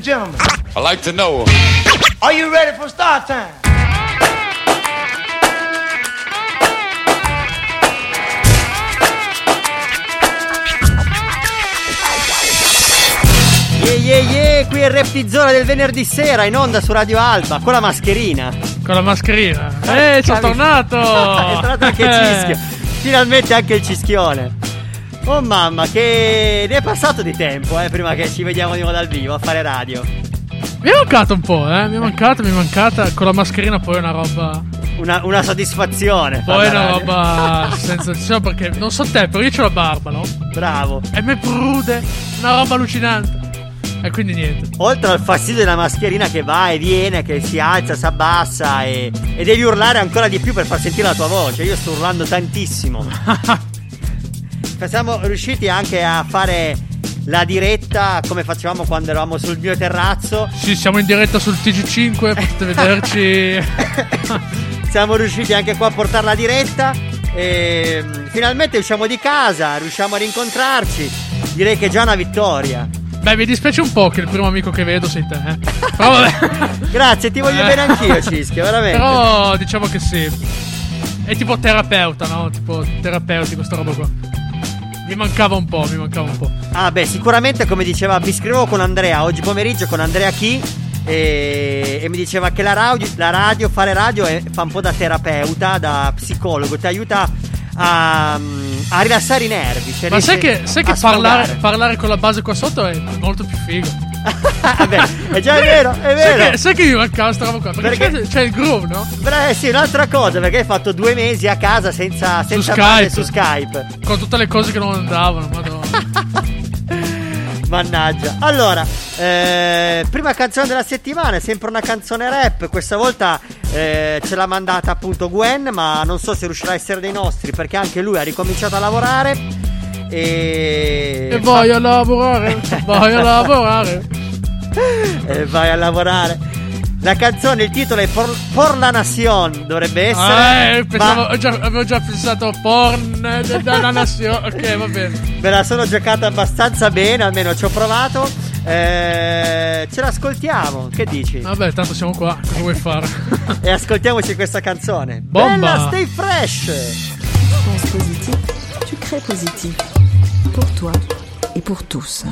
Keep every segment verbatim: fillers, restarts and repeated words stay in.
gentlemen. I like to know. Are you ready for start time? Yeah, yeah, yeah, qui è Rap di Zona del venerdì sera in onda su Radio Alba con la mascherina. Con la mascherina? Eh, sono tornato! È tornato anche il cischio. Finalmente anche il cischione. Oh mamma, che ne è passato di tempo, eh, prima che ci vediamo di nuovo dal vivo a fare radio. Mi è mancato un po', eh, mi è mancata, mi è mancata. Con la mascherina poi è una roba... Una, una soddisfazione. Poi è una roba sensazione, perché non so te, però io c'ho la barba, no? Bravo. E me prude, una roba allucinante. E quindi niente. Oltre al fastidio della mascherina che va e viene, che si alza, si abbassa e, e devi urlare ancora di più per far sentire la tua voce. Io sto urlando tantissimo. Siamo riusciti anche a fare la diretta come facevamo quando eravamo sul mio terrazzo. Sì, siamo in diretta sul T G cinque, potete vederci. Siamo riusciti anche qua a portare la diretta e finalmente usciamo di casa, riusciamo a rincontrarci. Direi che è già una vittoria. Beh, mi dispiace un po' che il primo amico che vedo sei te, eh. Però vabbè. Grazie, ti voglio eh. bene anch'io, Cischio, veramente. Però diciamo che sì. È tipo terapeuta, no? Tipo terapeuti questa roba qua. Mi mancava un po', mi mancava un po'. Ah beh, sicuramente come diceva, vi scrivevo con Andrea oggi pomeriggio, con Andrea Chi e, e mi diceva che la radio, la radio fare radio è, fa un po' da terapeuta, da psicologo, ti aiuta a, a rilassare i nervi, cioè ma sai che, sai che parlare, parlare con la base qua sotto è molto più figo. Vabbè, è già vero, è vero. Sai che, sai che mi mancava sta roba qua? Perché, perché c'è, c'è il groove, no? Beh sì, un'altra cosa, perché hai fatto due mesi a casa senza, senza su base Skype. su Skype. Con tutte le cose che non andavano, madonna. Mannaggia. Allora, eh, prima canzone della settimana, è sempre una canzone rap. Questa volta eh, ce l'ha mandata appunto Gwen, ma non so se riuscirà a essere dei nostri, perché anche lui ha ricominciato a lavorare. E, e vai a lavorare, vai a lavorare. E vai a lavorare. La canzone, il titolo è Por, Por la Nación, dovrebbe essere. Eh, pensavo, ma... ho già, avevo già pensato Porn della Nación. Ok, va bene. Me la sono giocata abbastanza bene, almeno ci ho provato. Eh, ce l'ascoltiamo, che dici? Vabbè, tanto siamo qua, cosa vuoi fare? E ascoltiamoci questa canzone. Bomba. Bella, stay fresh. Pense positif, tu crées positif. Pour toi et pour tous.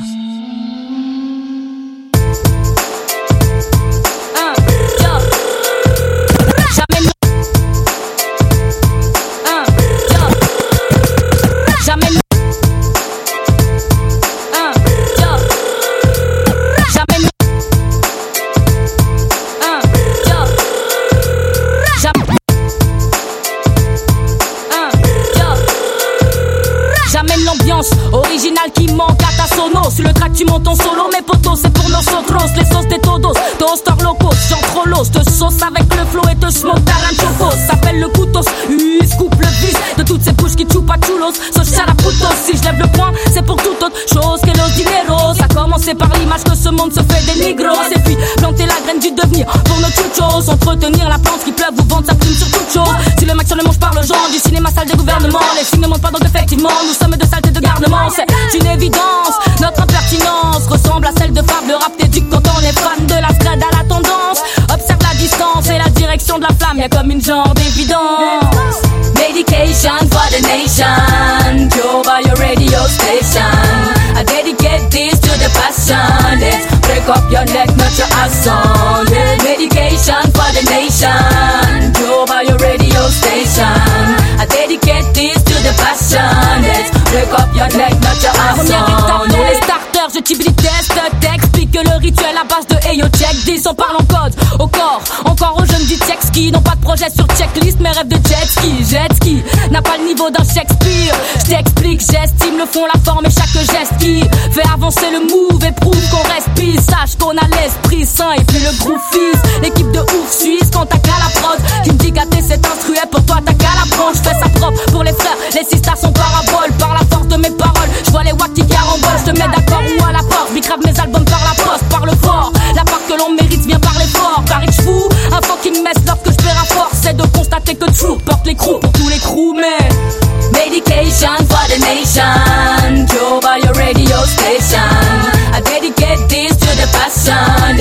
Original qui manque à ta sono. Sur le track tu montes en solo. Mes potos c'est pour nosotros. Les sauces des todos, toasters locaux. J'en trop l'os, te sauce avec le flow et te smoke taranchocos. S'appelle le couteau, il coupe le vis de toutes ces bouches qui chupa chulos. So shut up putos, si je lève le poing c'est pour toute autre chose que los dineros. Ça a commencé par l'image que ce monde se fait des négros. Et puis planter la graine du devenir pour nos chuchos. Entretenir la plante qui pleuve ou vendre sa plume sur toute chose. Si le max sur le mange par le genre du cinéma salle de gouvernement. Les signes ne montrent pas donc effectivement nous sommes de saleté de garnement. C'est une évidence, notre impertinence ressemble à celle de Fab, le rap t'éduque quand on est fan de la scred à la tendance. Observe la distance et la direction de la flamme, y'a comme une genre d'évidence. Medication for the nation, pure by your radio station. I dedicate this to the passion. Let's break up your neck, not your ass on. Medication for the nation, pure by your radio station. I dedicate this to the passion. Let's break up your neck, not your ass on. Première étape pour les starters, je t'ibli test, t'explique que le rituel à base de hey yo check dix, on parle en code, au corps, encore aux jeunes du check ski, n'ont pas de projet sur checklist, mais rêvent de jet ski, jet ski, n'a pas le niveau d'un Shakespeare, je t'explique, j'estime le fond, la forme et chaque geste qui fait avancer le move et prouve qu'on respire, sache qu'on a l'esprit sain et puis le groupe fils, l'équipe de ouf suisse quand t'as qu'à la prod, qui me dit gâter cet instru et pour toi t'as qu'à la prendre, je fais ça propre pour les frères, les sisters sont paraboles, par la force de mes paroles, je vois les wack qui carambolent, je te mets d'accord ou à la porte, bicrave mes albums par la poste, par le fort, la part que l'on mérite vient par l'effort, car je fous, un fucking mess lorsque je perds à force, c'est de constater que True porte les crews pour tous les crews, mais medication for the nation, Joe by your radio station, I dedicate this to the passion,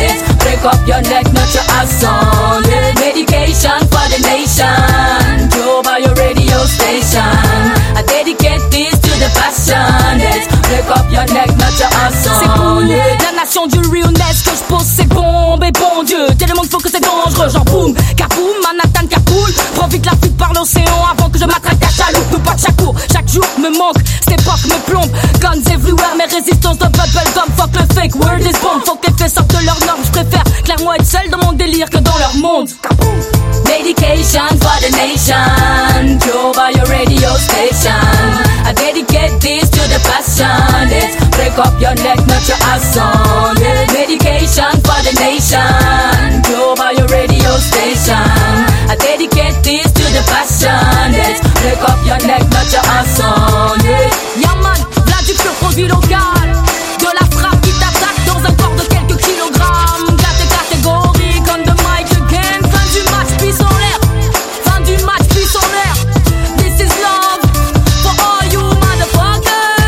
break up your neck, not your ass on. Yeah. Medication for the nation, Joe by your radio station. I dedicate this to the passion. Let's break up your neck, not your ass on. C'est pour yeah. La nation du realness que je pose ces bombes. Et bon Dieu, tellement qu'il faut que c'est dangereux. Genre boum, kaboum, Manhattan capoule. Prends vite la fuite par l'océan avant que je m'attraque à chaloupe. Pas de chaque cours, chaque jour me manque. Cette époque me plombe. Guns everywhere, mes résistances de bubblegum. Fuck le fake, word is bomb. Faut que les faits sortent de leurs normes. Je préfère clairement être seul dans mon délire que dans leur monde. Kaboum. Medication for the nation, Joe by your radio station. I dedicate this to the passion. Let's break up your neck, not your ass on. Yeah. Medication for the nation, Joe by your radio station. I dedicate this to the passion. Let's break up your neck, not your ass on. Yeah, yeah man, v'là du pur produit local. De la frappe qui t'attaque dans un corps de quelques kilogrammes. Gars tes catégories comme the mic again. Fin du match, puis en l'air. Fin du match, puis en l'air. This is love for all you motherfuckers.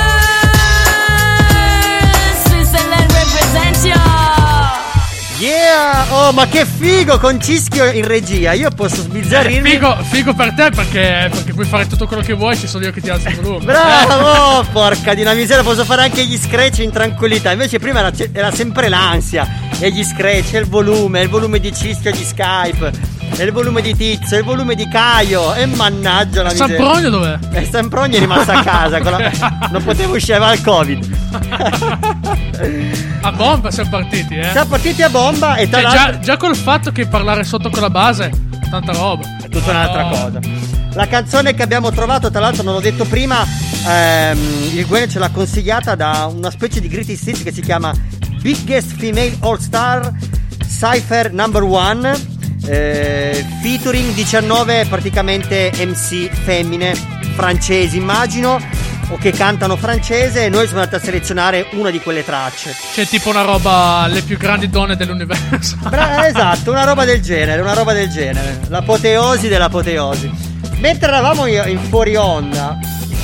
Switzerland represents ya. Yeah! Oh, ma che figo con Cischio in regia. Io posso sbizzarrirmi. Eh, figo, figo per te perché, perché puoi fare tutto quello che vuoi. Ci sono io che ti alzo il volume. Bravo! Eh. Porca di una miseria, posso fare anche gli scratch in tranquillità. Invece prima era, era sempre l'ansia. E gli scratch, e il volume, il volume di Cischio di Skype, e il volume di Tizio, e il volume di Caio. E mannaggia la miseria. Sempronio dov'è? E Sempronio è rimasto a casa. Con la... Non potevo uscire, aveva il Covid. A bomba siamo partiti, eh? Siamo partiti a bomba e tra cioè, l'altro... già, già col fatto che parlare sotto con la base, tanta roba. È tutta un'altra oh. cosa. La canzone che abbiamo trovato, tra l'altro non l'ho detto prima, ehm, il Gwen ce l'ha consigliata da una specie di greatest hits che si chiama Biggest Female All Star Cypher Number One, eh, featuring diciannove praticamente M C femmine francesi immagino, o che cantano francese, e noi siamo andati a selezionare una di quelle tracce. C'è tipo una roba, le più grandi donne dell'universo. Bra- esatto, una roba del genere, una roba del genere, l'apoteosi dell'apoteosi. Mentre eravamo in fuori onda,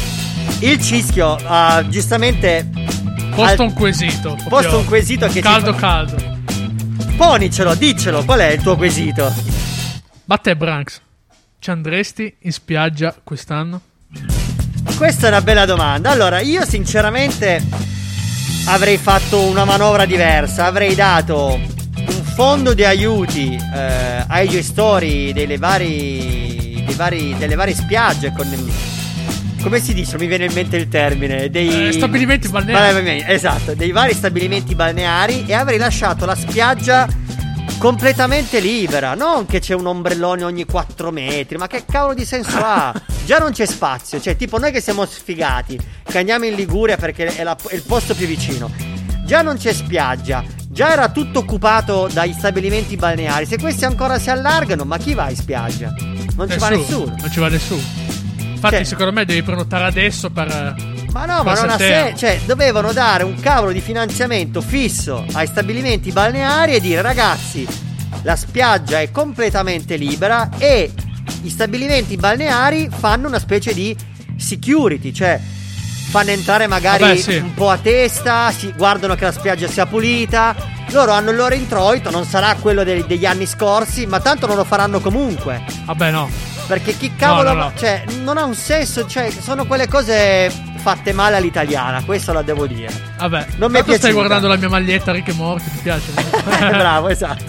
il Cischio ha giustamente posto al... un quesito. Posto un quesito che caldo ci... caldo. Ponicelo, diccelo, qual è il tuo quesito? Ma te Branks, ci andresti in spiaggia quest'anno? Questa è una bella domanda. Allora, io sinceramente avrei fatto una manovra diversa. Avrei dato un fondo di aiuti eh, ai gestori delle vari, dei vari, delle varie spiagge con, come si dice? Non mi viene in mente il termine. Dei eh, stabilimenti balneari. Esatto, dei vari stabilimenti balneari, e avrei lasciato la spiaggia completamente libera. Non che c'è un ombrellone ogni quattro metri, ma che cavolo di senso ha? Già non c'è spazio. Cioè, tipo noi che siamo sfigati, che andiamo in Liguria perché è, la, è il posto più vicino, già non c'è spiaggia, già era tutto occupato dagli stabilimenti balneari. Se questi ancora si allargano, ma chi va in spiaggia? Non nessuno, ci va nessuno. Non ci va nessuno. Infatti cioè, secondo me devi prenotare adesso per... Ma no, ma non ha senso. Cioè, dovevano dare un cavolo di finanziamento fisso ai stabilimenti balneari e dire: ragazzi, la spiaggia è completamente libera, e gli stabilimenti balneari fanno una specie di security, cioè fanno entrare magari Vabbè, sì. un po' a testa, si guardano che la spiaggia sia pulita. Loro hanno il loro introito, non sarà quello de- degli anni scorsi, ma tanto non lo faranno comunque. Vabbè, no. Perché chi cavolo, no, no, no. Cioè, non ha un senso, cioè, sono quelle cose fatte male all'italiana, questo la devo dire. Vabbè, non mi è piaciuta. Stai guardando la mia maglietta Rick e Morty, ti piace? Bravo, esatto.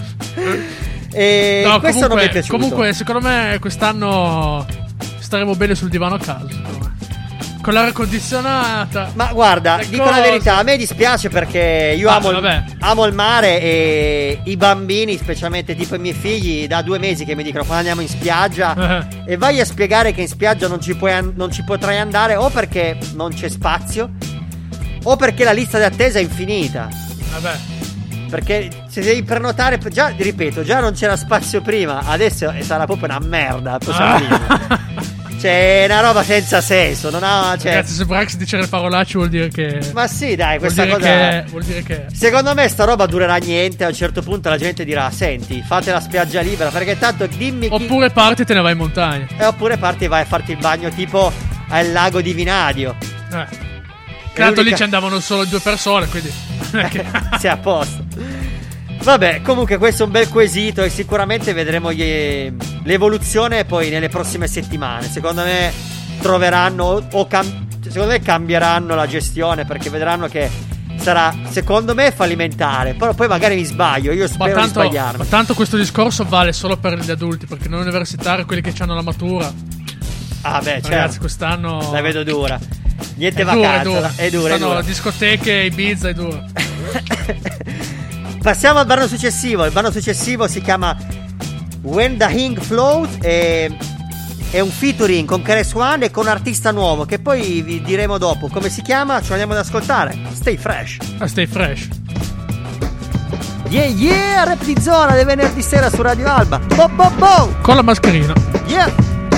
E no, questo comunque, non mi è piaciuto. Comunque, secondo me quest'anno staremo bene sul divano a caso, secondo me. Con l'aria condizionata. Ma guarda, le dico cose. la verità, a me dispiace perché io ah, amo, il, amo il mare, e i bambini, specialmente tipo i miei figli, da due mesi che mi dicono quando andiamo in spiaggia e vai a spiegare che in spiaggia non ci, puoi an- non ci potrai andare, o perché non c'è spazio, o perché la lista d'attesa è infinita. Vabbè. Perché se devi prenotare, già, ripeto, già non c'era spazio prima, adesso sarà proprio una merda. Ah. C'è una roba senza senso, non ha, cioè... Ragazzi, se Brax dice le parolacce vuol dire che... Ma sì, dai, questa vuol cosa... Che... Vuol dire che... Secondo me sta roba durerà niente. A un certo punto la gente dirà: senti, fate la spiaggia libera, perché tanto dimmi chi... Oppure parti e te ne vai in montagna. E oppure parti e vai a farti il bagno tipo al lago di Vinadio. Eh. Tanto lì ci andavano solo due persone, quindi... Sei a posto. Vabbè, comunque questo è un bel quesito e sicuramente vedremo gli, l'evoluzione poi nelle prossime settimane. Secondo me troveranno o cam- secondo me cambieranno la gestione, perché vedranno che sarà, secondo me, fallimentare. Però poi magari mi sbaglio, io spero ma tanto, di sbagliarmi. Ma tanto questo discorso vale solo per gli adulti, perché non universitari, quelli che hanno la matura. Ah beh, certo. Ragazzi, quest'anno la vedo dura. Niente è vacanza, dura, è dura. è dura, è Quest'anno dura. discoteche, Ibiza è dura. Passiamo al brano successivo. Il brano successivo si chiama When the Ink Flows e è un featuring con K R S One e con un artista nuovo che poi vi diremo dopo come si chiama. Ci andiamo ad ascoltare. Stay fresh. Ah, stay fresh. Yeah yeah, rap di zona del venerdì sera su Radio Alba. Bo bo bo. Con la mascherina. Yeah.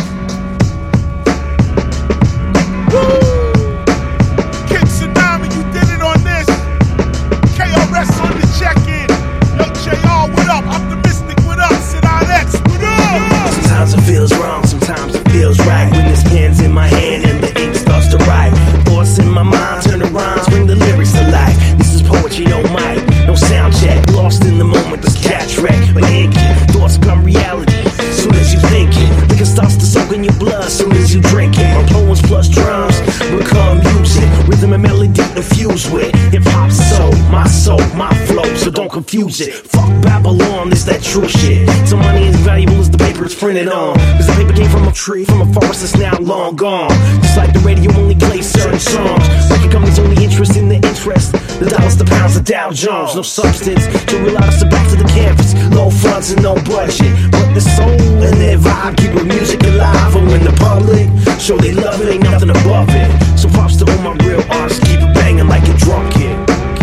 Kicks and Diamond, you did it on this. K R S on the check-in. Yo, J R, what up? Optimistic, what up? Sit on X, what up? Sometimes it feels wrong, sometimes it feels right. When this pen's in my hand and the ink starts to write. Thoughts in my mind turn to rhymes, bring the lyrics to life. This is poetry, no mic, no sound check. Lost in the moment, this catch wreck. But ink, thoughts become reality. Soon as you think it, liquor starts to soak in your blood. Soon as you drink it, my poems plus drums become music. Rhythm and melody infused with hip hop soul, my soul, my flow. So don't confuse it. Fuck Babylon, this that true shit. So money is valuable as the paper it's printed on. Cause the paper came from a tree, from a forest that's now long gone. Just like the radio only plays certain songs. Record companies only interest in the interest. The dollars, the pounds, the Dow Jones. No substance to realize the back to the canvas. Low funds and no budget. But the soul and their vibe keep the music alive. And when the public show they love it, ain't nothing above it. So props to all my real artists, keep it banging like a drum kit.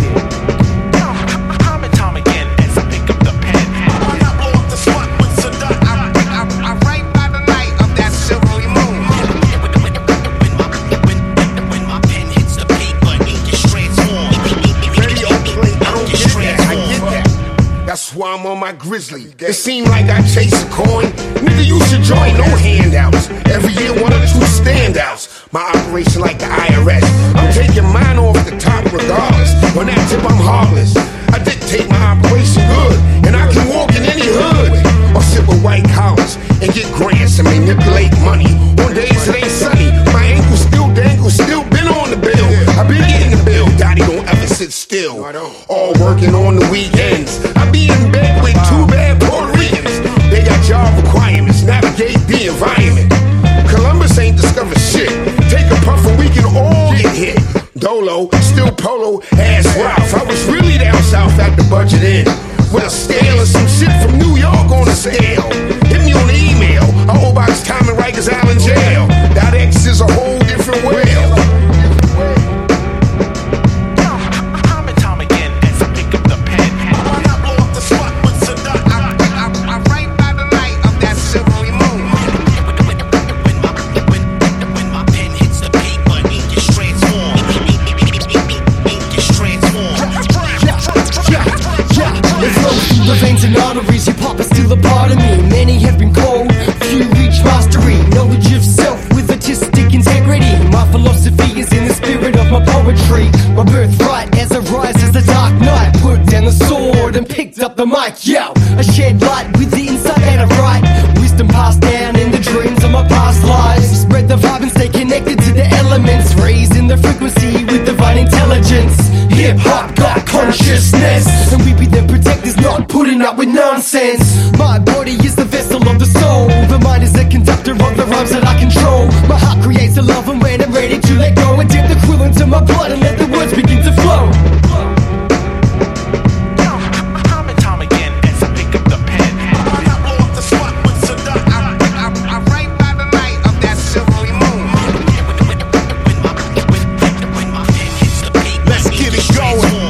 Time and time again, as I pick up the pen, I blow up the spot with Sadat. I, I, I write by the light of that silvery moon. When my pen hits the paper, ink is transformed. Radio play, I don't get that, I get that. That's why I'm on my grizzly. It seemed like I chase a coin. Nigga, you should join, no handouts. Every year one or two standouts. My operation like the I R S. I'm taking mine off the top regardless. On that tip, I'm heartless. I dictate my operation good, and I can walk in any hood. Or sit with white collars and get grants and manipulate money. On days it ain't sunny, my ankle still dangle, still been on the bill. I been getting the bill, Daddy don't ever sit still. All working on the weekends. I be in bed with two bad Puerto Ricans. They got job requirements, navigate the environment. Columbus ain't discovered shit. Take a puff and we can all get hit. Dolo, still polo, ass Ralph. I was really down south at the budget end. With a scale and some shit from New York on the scale. Hit me on the email. I owe box time and Rikers Island jail. That X is a whole different whale. Time and time again as I pick up the pen. I blow up the spot with Sadat. I, I, I write by the light of that silvery moon. When my pen hits the paper, ink is transformed. Ink is transformed. It flows through the veins and arteries. Hip hop is still a part of me. Many have been cold, few reach mastery. Knowledge of self with artistic integrity. My philosophy is in the spirit of my poetry. My birthright as I rise as the dark night. Put down the sword and picked up the mic. Yo, I shed light with the insight that I write. Wisdom passed down in the dreams of my past lives. Spread the vibe and stay connected to the elements. Raising the frequency with divine intelligence. Hip hop got consciousness, and we be the protectors, not putting up with nonsense. My body is the vessel of the soul. The mind is the conductor of the rhymes that I control. My heart creates the love, and when I'm ready to let go, and dip the quill into my blood and let the words begin to flow. Time and time again as I pick up the pen. I blow up the spot with Sadat. I, I, I write by the light of that silvery moon. When my pen hits the paper, let's get it going.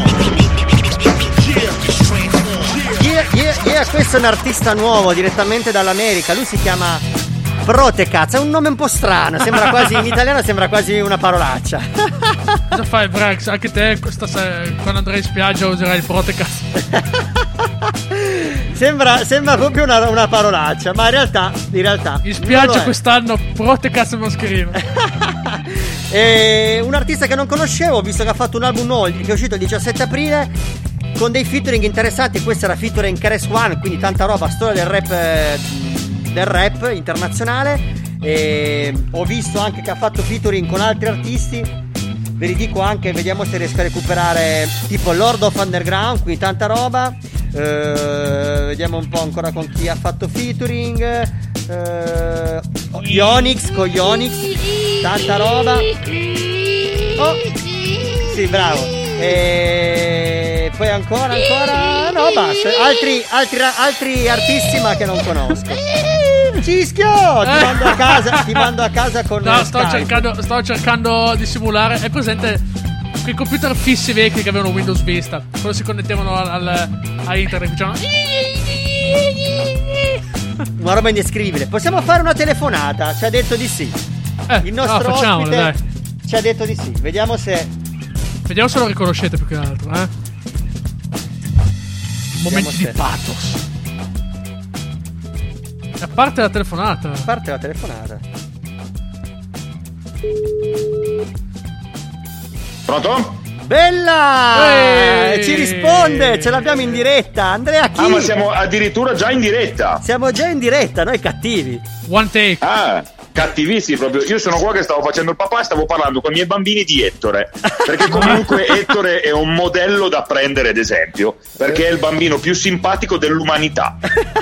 Yeah, yeah, yeah, questo è un artista nuovo direttamente dall'America. Lui si chiama Protecaz, è un nome un po' strano, sembra quasi in italiano sembra quasi una parolaccia. Cosa fai, Brex? Anche te questa se- quando andrai in spiaggia userai il Protecaz. Sembra, sembra proprio una, una parolaccia, ma in realtà, in realtà In non spiaggia lo è. quest'anno Protecaz e mascherina. E un artista che non conoscevo, visto che ha fatto un album nuovo che è uscito il diciassette aprile. con dei featuring interessanti. Questa era featuring K R S One, quindi tanta roba, storia del rap eh, del rap internazionale. E ho visto anche che ha fatto featuring con altri artisti. Ve li dico anche, vediamo se riesco a recuperare, tipo Lord of Underground, quindi tanta roba. Uh, vediamo un po' ancora con chi ha fatto featuring. uh, Ionix, con Ionix, tanta roba. Oh, sì, bravo. E poi ancora, ancora, no, basta. Altri, altri, altri artisti ma che non conosco. Cischio, ti mando a casa, ti mando a casa con no, sto Skype. cercando, sto cercando di simulare. È presente quei computer fissi vecchi che avevano Windows Vista, quando si connettevano al, al, a internet, diciamo. Una roba indescrivibile. Possiamo fare una telefonata? Ci ha detto di sì. Eh, Il nostro no, facciamolo, ospite dai. ci ha detto di sì. Vediamo se Vediamo se lo riconoscete più che altro, eh. Momenti se. di pathos. A parte la telefonata. A parte la telefonata. Pronto? Bella! Ehi! Ci risponde, ce l'abbiamo in diretta. Andrea chi? Ah, ma siamo addirittura già in diretta. Siamo già in diretta, noi cattivi. One take. Ah, cattivissimi proprio. Io sono qua che stavo facendo il papà e stavo parlando con i miei bambini di Ettore. Perché comunque Ettore è un modello da prendere ad esempio. Perché è il bambino più simpatico dell'umanità.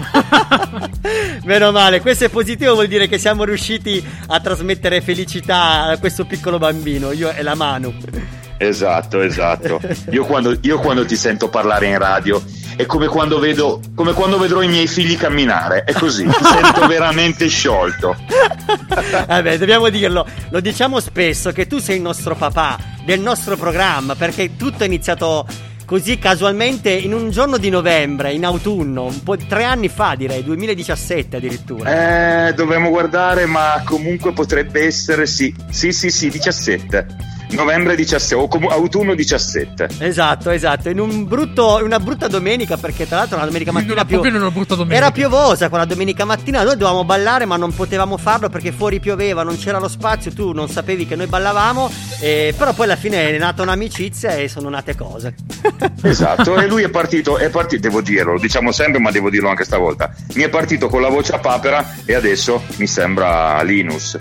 Meno male, questo è positivo, vuol dire che siamo riusciti a trasmettere felicità a questo piccolo bambino, io e la Manu. Esatto, esatto. Io quando, io quando ti sento parlare in radio è come quando vedo come quando vedrò i miei figli camminare. È così, ti sento veramente sciolto. Vabbè, dobbiamo dirlo, lo diciamo spesso che tu sei il nostro papà del nostro programma, perché tutto è iniziato così casualmente in un giorno di novembre, in autunno, un po' tre anni fa, direi, duemiladiciassette addirittura. Eh, dovremmo guardare, ma comunque potrebbe essere sì. Sì, sì, sì, diciassette. Novembre diciassette o com- autunno diciassette. Esatto, esatto. In un brutto, una brutta domenica, perché tra l'altro una domenica mattina più una brutta domenica. era piovosa quella domenica mattina. Noi dovevamo ballare, ma non potevamo farlo perché fuori pioveva, non c'era lo spazio. Tu non sapevi che noi ballavamo, eh, però poi alla fine è nata un'amicizia e sono nate cose. Esatto, e lui è partito, è partito, devo dirlo, lo diciamo sempre, ma devo dirlo anche stavolta. Mi è partito con la voce a papera e adesso mi sembra Linus.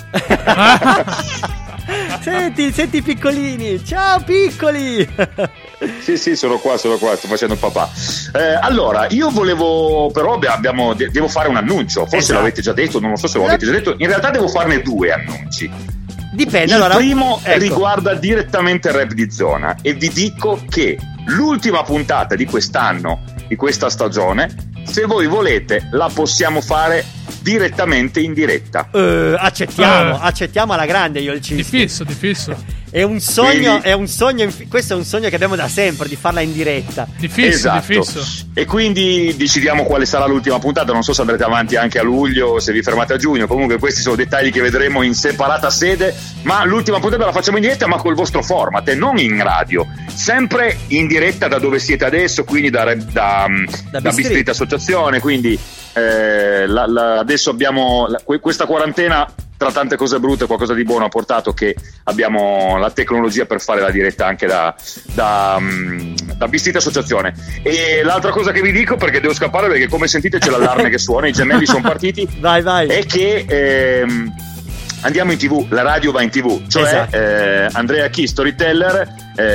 Senti, senti piccolini, ciao piccoli. Sì, sì, sono qua, sono qua, sto facendo il papà. Eh, allora, io volevo, però abbiamo, devo fare un annuncio. Forse esatto. L'avete già detto, non lo so se lo avete già detto. In realtà devo farne due annunci. Dipende. Il allora, primo ecco. riguarda direttamente il rap di zona e vi dico che l'ultima puntata di quest'anno, di questa stagione, se voi volete, la possiamo fare direttamente in diretta. Uh, accettiamo, uh. accettiamo alla grande io il Di cisto. fisso, di fisso. È un sogno, Quindi, è un sogno, questo è un sogno che abbiamo da sempre, di farla in diretta. Di fisso, esatto. di fisso. E quindi decidiamo quale sarà l'ultima puntata. Non so se andrete avanti anche a luglio o se vi fermate a giugno. Comunque questi sono dettagli che vedremo in separata sede. Ma l'ultima puntata la facciamo in diretta, ma col vostro format e non in radio. Sempre in diretta da dove siete adesso, quindi da, da, da, da Bistreet Associazione. Quindi eh, la, la, adesso abbiamo la, questa quarantena, tra tante cose brutte, qualcosa di buono ha portato che abbiamo la tecnologia per fare la diretta anche da, da, da Bistreet Associazione. E l'altra cosa che vi dico, perché devo scappare perché come sentite c'è l'allarme che suona, i gemelli sono partiti, vai vai, è che ehm, andiamo in tv, la radio va in tv, cioè esatto. eh, Andrea Chi, storyteller,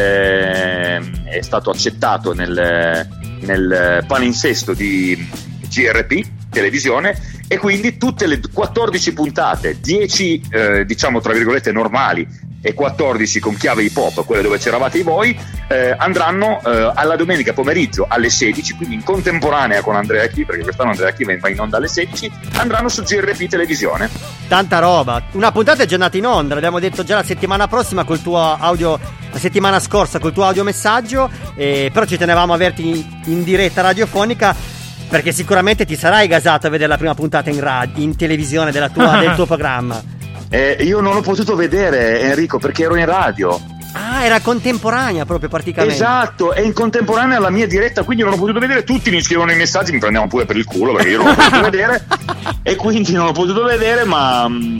eh, è stato accettato nel, nel palinsesto di G R P televisione, e quindi tutte le quattordici puntate, dieci eh, diciamo tra virgolette normali e quattordici con chiave hip hop, quelle dove c'eravate voi, eh, andranno eh, alla domenica pomeriggio alle sedici, quindi in contemporanea con Andrea Chi, perché quest'anno Andrea Chi va in onda alle sedici, andranno su G R P televisione. Tanta roba. Una puntata è già andata in onda, l'abbiamo detto già la settimana prossima col tuo audio, la settimana scorsa col tuo audiomessaggio, eh, però ci tenevamo a averti in, in diretta radiofonica, perché sicuramente ti sarai gasato a vedere la prima puntata in radio, in televisione della tua, del tuo programma. Eh, io non l'ho potuto vedere, Enrico, perché ero in radio. Ah, era contemporanea proprio praticamente. Esatto, è in contemporanea alla mia diretta, quindi non l'ho potuto vedere. Tutti mi scrivono i messaggi, mi prendevano pure per il culo perché io non l'ho potuto vedere, e quindi non l'ho potuto vedere, ma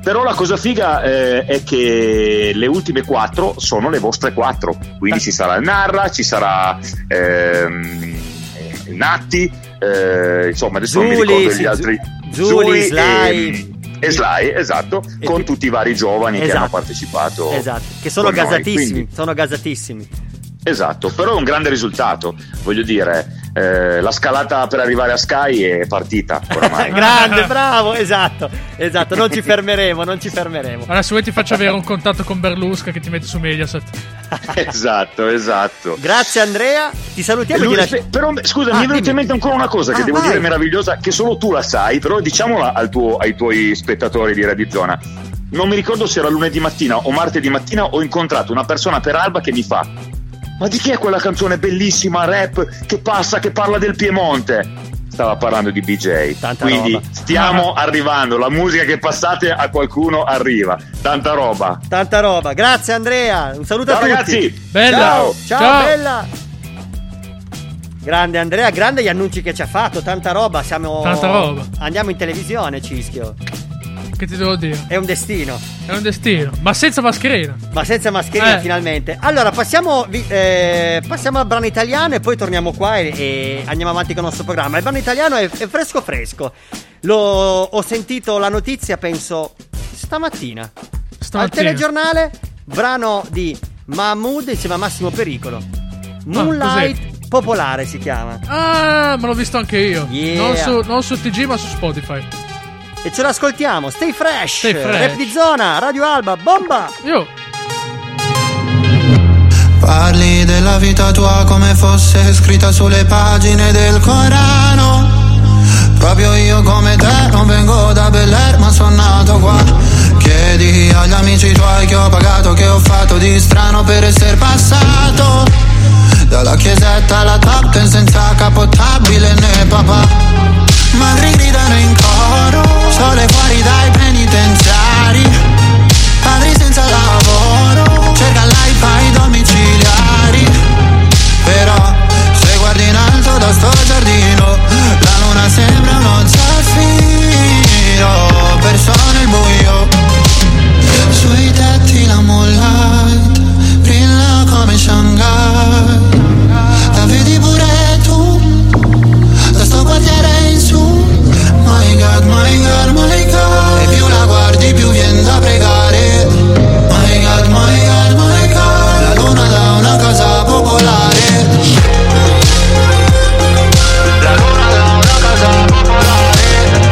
Però la cosa figa eh, è che le ultime quattro sono le vostre quattro, quindi ci sarà il Narra, ci sarà ehm, il Natti, eh, insomma adesso Zuli, non mi ricordo gli sì, altri Zuli, Sly e Sly, esatto, e con tutti i vari giovani esatto. che hanno partecipato, esatto, che sono gasatissimi, noi, quindi... sono gasatissimi. Esatto, però è un grande risultato, voglio dire, eh, la scalata per arrivare a Sky è partita oramai. Grande, bravo, esatto, esatto, non ci fermeremo, non ci fermeremo. Adesso vuoi ti faccio avere un contatto con Berlusca che ti mette su Mediaset. Esatto, esatto. Grazie Andrea, ti salutiamo. Lui, lasci... Però scusa, ah, mi è venuta in mente ancora una cosa che ah, devo vai. dire meravigliosa, che solo tu la sai, però diciamola al tuo, ai tuoi spettatori di Radio Zona. Non mi ricordo se era lunedì mattina o martedì mattina, ho incontrato una persona per Alba che mi fa: ma di chi è quella canzone bellissima rap che passa, che parla del Piemonte? Stava parlando di B J. Tanta Quindi roba. stiamo ah. arrivando, la musica che passate a qualcuno arriva. Tanta roba. Tanta roba. Grazie Andrea, un saluto ciao, a tutti. Ragazzi. Bella. Ciao. Ciao, ciao bella. Grande Andrea, grande gli annunci che ci ha fatto, tanta roba, siamo Tanta roba. Andiamo in televisione, Cischio. Che ti devo dire? È un destino. È un destino, ma senza mascherina. Ma senza mascherina, eh. finalmente. Allora, passiamo, eh, passiamo al brano italiano e poi torniamo qua e, e andiamo avanti con il nostro programma. Il brano italiano è, è fresco fresco. Lo, ho sentito la notizia, penso, stamattina. Stamattina. Al telegiornale, brano di Mahmood insieme a Massimo Pericolo. Moonlight ah, Popolare si chiama. Ah, me l'ho visto anche io. Yeah. Non su, non su T G ma su Spotify. E ce l'ascoltiamo, Stay Fresh, Stay fresh. Rap di Zona, Radio Alba, bomba! Io. Parli della vita tua come fosse scritta sulle pagine del Corano. Proprio io come te non vengo da Bel Air ma sono nato qua. Chiedi agli amici tuoi che ho pagato, che ho fatto di strano per essere passato dalla chiesetta alla top ten senza capotabile né papà. Madri gridano in coro, sole fuori dai penitenziari, padri senza lavoro, cerca l'I F I domiciliari. Però se guardi in alto da sto giardino, la luna sembra uno zaffiro, perso nel buio. Sui tetti la moonlight brilla come Shanghai. La vedi pure tu da sto quartiere in su. My God, my God, my God. E più la guardi più vien da pregare. My God, my God, my God. La luna da una casa popolare. La luna da una casa popolare.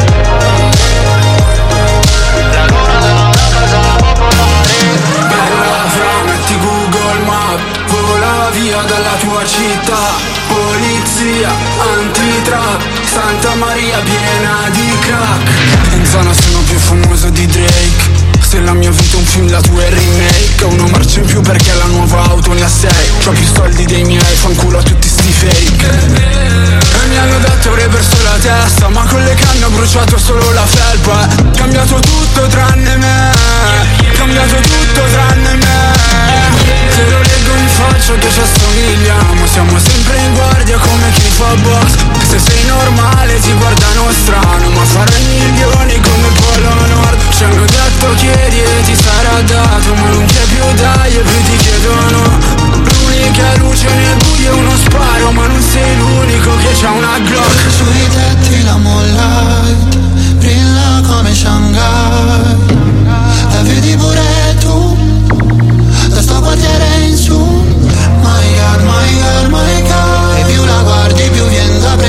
La luna da una casa popolare. Bella fra, metti Google Map, vola via dalla tua città. Polizia, antitrap, Santa Maria piena di crack. In zona sono più famoso di Drake. Se la mia vita è un film, la tua è remake. Uno marcio in più perché la nuova auto ne ha sei. C'ho più soldi dei miei, fanculo a tutti sti fake. E mi hanno detto avrei perso la testa, ma con le canne ho bruciato solo la felpa. Cambiato tutto tranne me, cambiato tutto tranne me. Se lo leggo in faccia che ci assomigliamo, siamo sempre in guardia come chi fa box. Se sei normale ti guardano strano, ma fare milioni come Polo Nord. Ci hanno detto chiedi e ti sarà dato, ma non c'è più dai e più ti chiedono. L'unica luce nel buio è uno sparo, ma non sei l'unico che c'ha una Glock. Sui tetti la moonlight brilla come Shanghai. La vedi pure tu da sto quartiere in su. My God, my God, my God. E più la guardi più vien da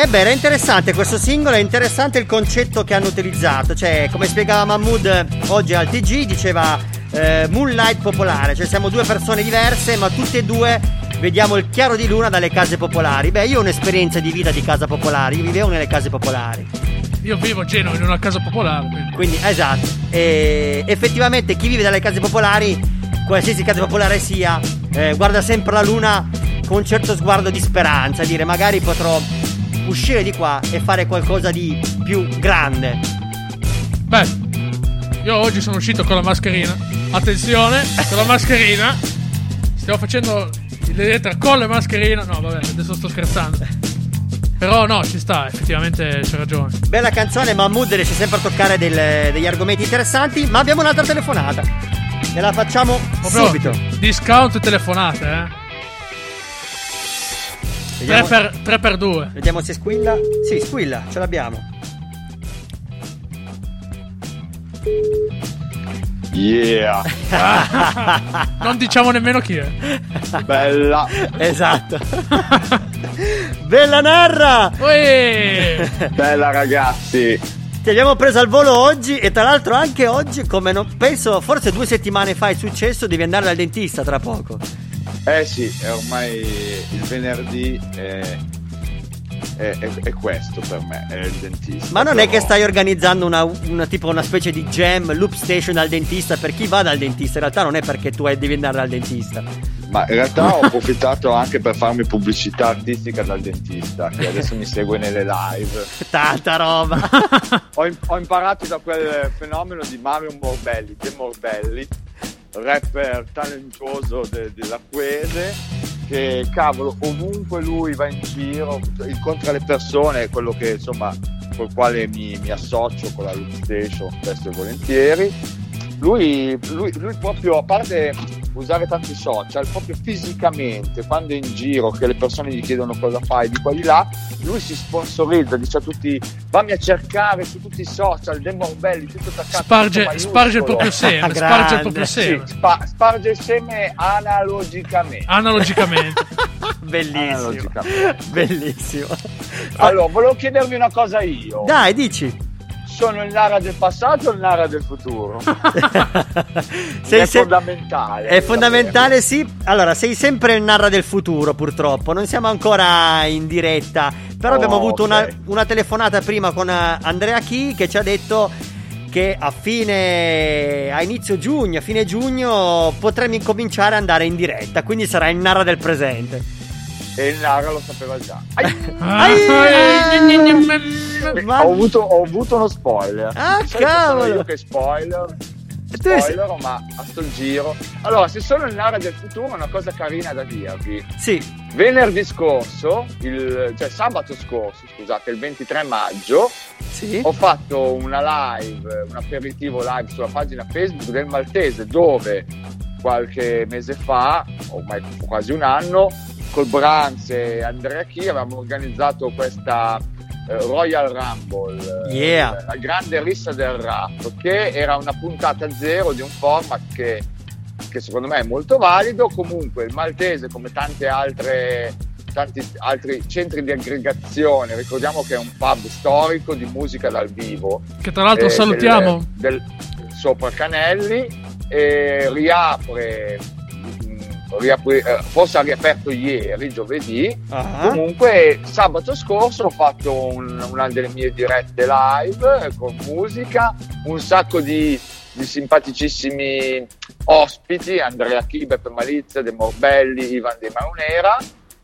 Eh beh, era interessante questo singolo, è interessante il concetto che hanno utilizzato, cioè come spiegava Mahmood oggi al T G, diceva eh, Moonlight popolare, cioè siamo due persone diverse ma tutte e due vediamo il chiaro di luna dalle case popolari. Beh, io ho un'esperienza di vita di casa popolare, io vivevo nelle case popolari. Io vivo a Genova in una casa popolare. Quindi, quindi esatto, e effettivamente chi vive dalle case popolari, qualsiasi casa popolare sia, eh, guarda sempre la luna con un certo sguardo di speranza, dire magari potrò uscire di qua e fare qualcosa di più grande. Beh, io oggi sono uscito con la mascherina. Attenzione, con la mascherina. Stiamo facendo le lettere con la mascherina. No, vabbè, adesso sto scherzando. Però no, ci sta, effettivamente c'è ragione. Bella canzone, Mahmood riesce sempre a toccare del, degli argomenti interessanti. Ma abbiamo un'altra telefonata e la facciamo Proprio subito. Discount telefonate, eh tre per due. Vediamo se squilla. Sì, squilla, ce l'abbiamo. Yeah. Non diciamo nemmeno chi è. Bella. Esatto. Bella Narra. Uè. Bella ragazzi. Ti abbiamo preso al volo oggi. E tra l'altro anche oggi, come non penso, forse due settimane fa è successo, devi andare dal dentista tra poco. Eh sì, è ormai il venerdì è, è, è, è questo per me, è il dentista. Ma non però... è che stai organizzando una, una tipo una specie di jam, loop station al dentista per chi va dal dentista? In realtà non è perché tu devi andare dal dentista. Ma in realtà ho approfittato anche per farmi pubblicità artistica dal dentista, che adesso mi segue nelle live. Tanta roba. ho, ho imparato da quel fenomeno di Mario Morbelli, De Morbelli, rapper talentuoso de, della Quese, che cavolo ovunque lui va in giro incontra le persone, quello che insomma col quale mi, mi associo con la Loop Station spesso e volentieri. Lui, lui, lui proprio, a parte usare tanti social, proprio fisicamente quando è in giro che le persone gli chiedono cosa fai di qua di là, lui si sponsorizza, dice a tutti vammi a cercare su tutti i social De Morbelli, tutto attaccato, sparge, tutto sparge il proprio seme sparge il proprio seme sì, spa, sparge il seme analogicamente analogicamente bellissimo analogicamente. Bellissimo. Allora volevo chiedervi una cosa io, dai dici. Sono il Nara del passato o il Nara del futuro? sei è se... fondamentale. È fondamentale, sì. Allora, sei sempre il Nara del futuro, purtroppo. Non siamo ancora in diretta. Però oh, abbiamo avuto okay. una, una telefonata prima con Andrea Chi, che ci ha detto che a fine a inizio giugno, a fine giugno potremmo incominciare ad andare in diretta. Quindi sarà il Nara del presente. E il Nara lo sapeva già. Ai. Ai. Ma... Ho, avuto, ho avuto uno spoiler. Ah, cavolo! Sono io che spoiler. Spoiler, sei... ma a sto giro. Allora, se sono il Nara del futuro, una cosa carina da dirvi. Sì. Venerdì scorso, il, cioè sabato scorso, scusate, il ventitré maggio, sì. Ho fatto una live, un aperitivo live sulla pagina Facebook del Maltese, dove qualche mese fa, ormai quasi un anno, col Branz e Andrea Chi avevamo organizzato questa eh, Royal Rumble, yeah. eh, la grande rissa del rap, che era una puntata zero di un format che, che secondo me è molto valido. Comunque il Maltese, come tante altre tanti altri centri di aggregazione, ricordiamo che è un pub storico di musica dal vivo, che tra l'altro eh, salutiamo del, del sopra Canelli, e riapre Riapri, eh, forse ha riaperto ieri, giovedì. Uh-huh. Comunque sabato scorso ho fatto un, una delle mie dirette live con musica, un sacco di, di simpaticissimi ospiti, Andrea Chi, Beppe Malizia, De Morbelli, Ivan De Maunera,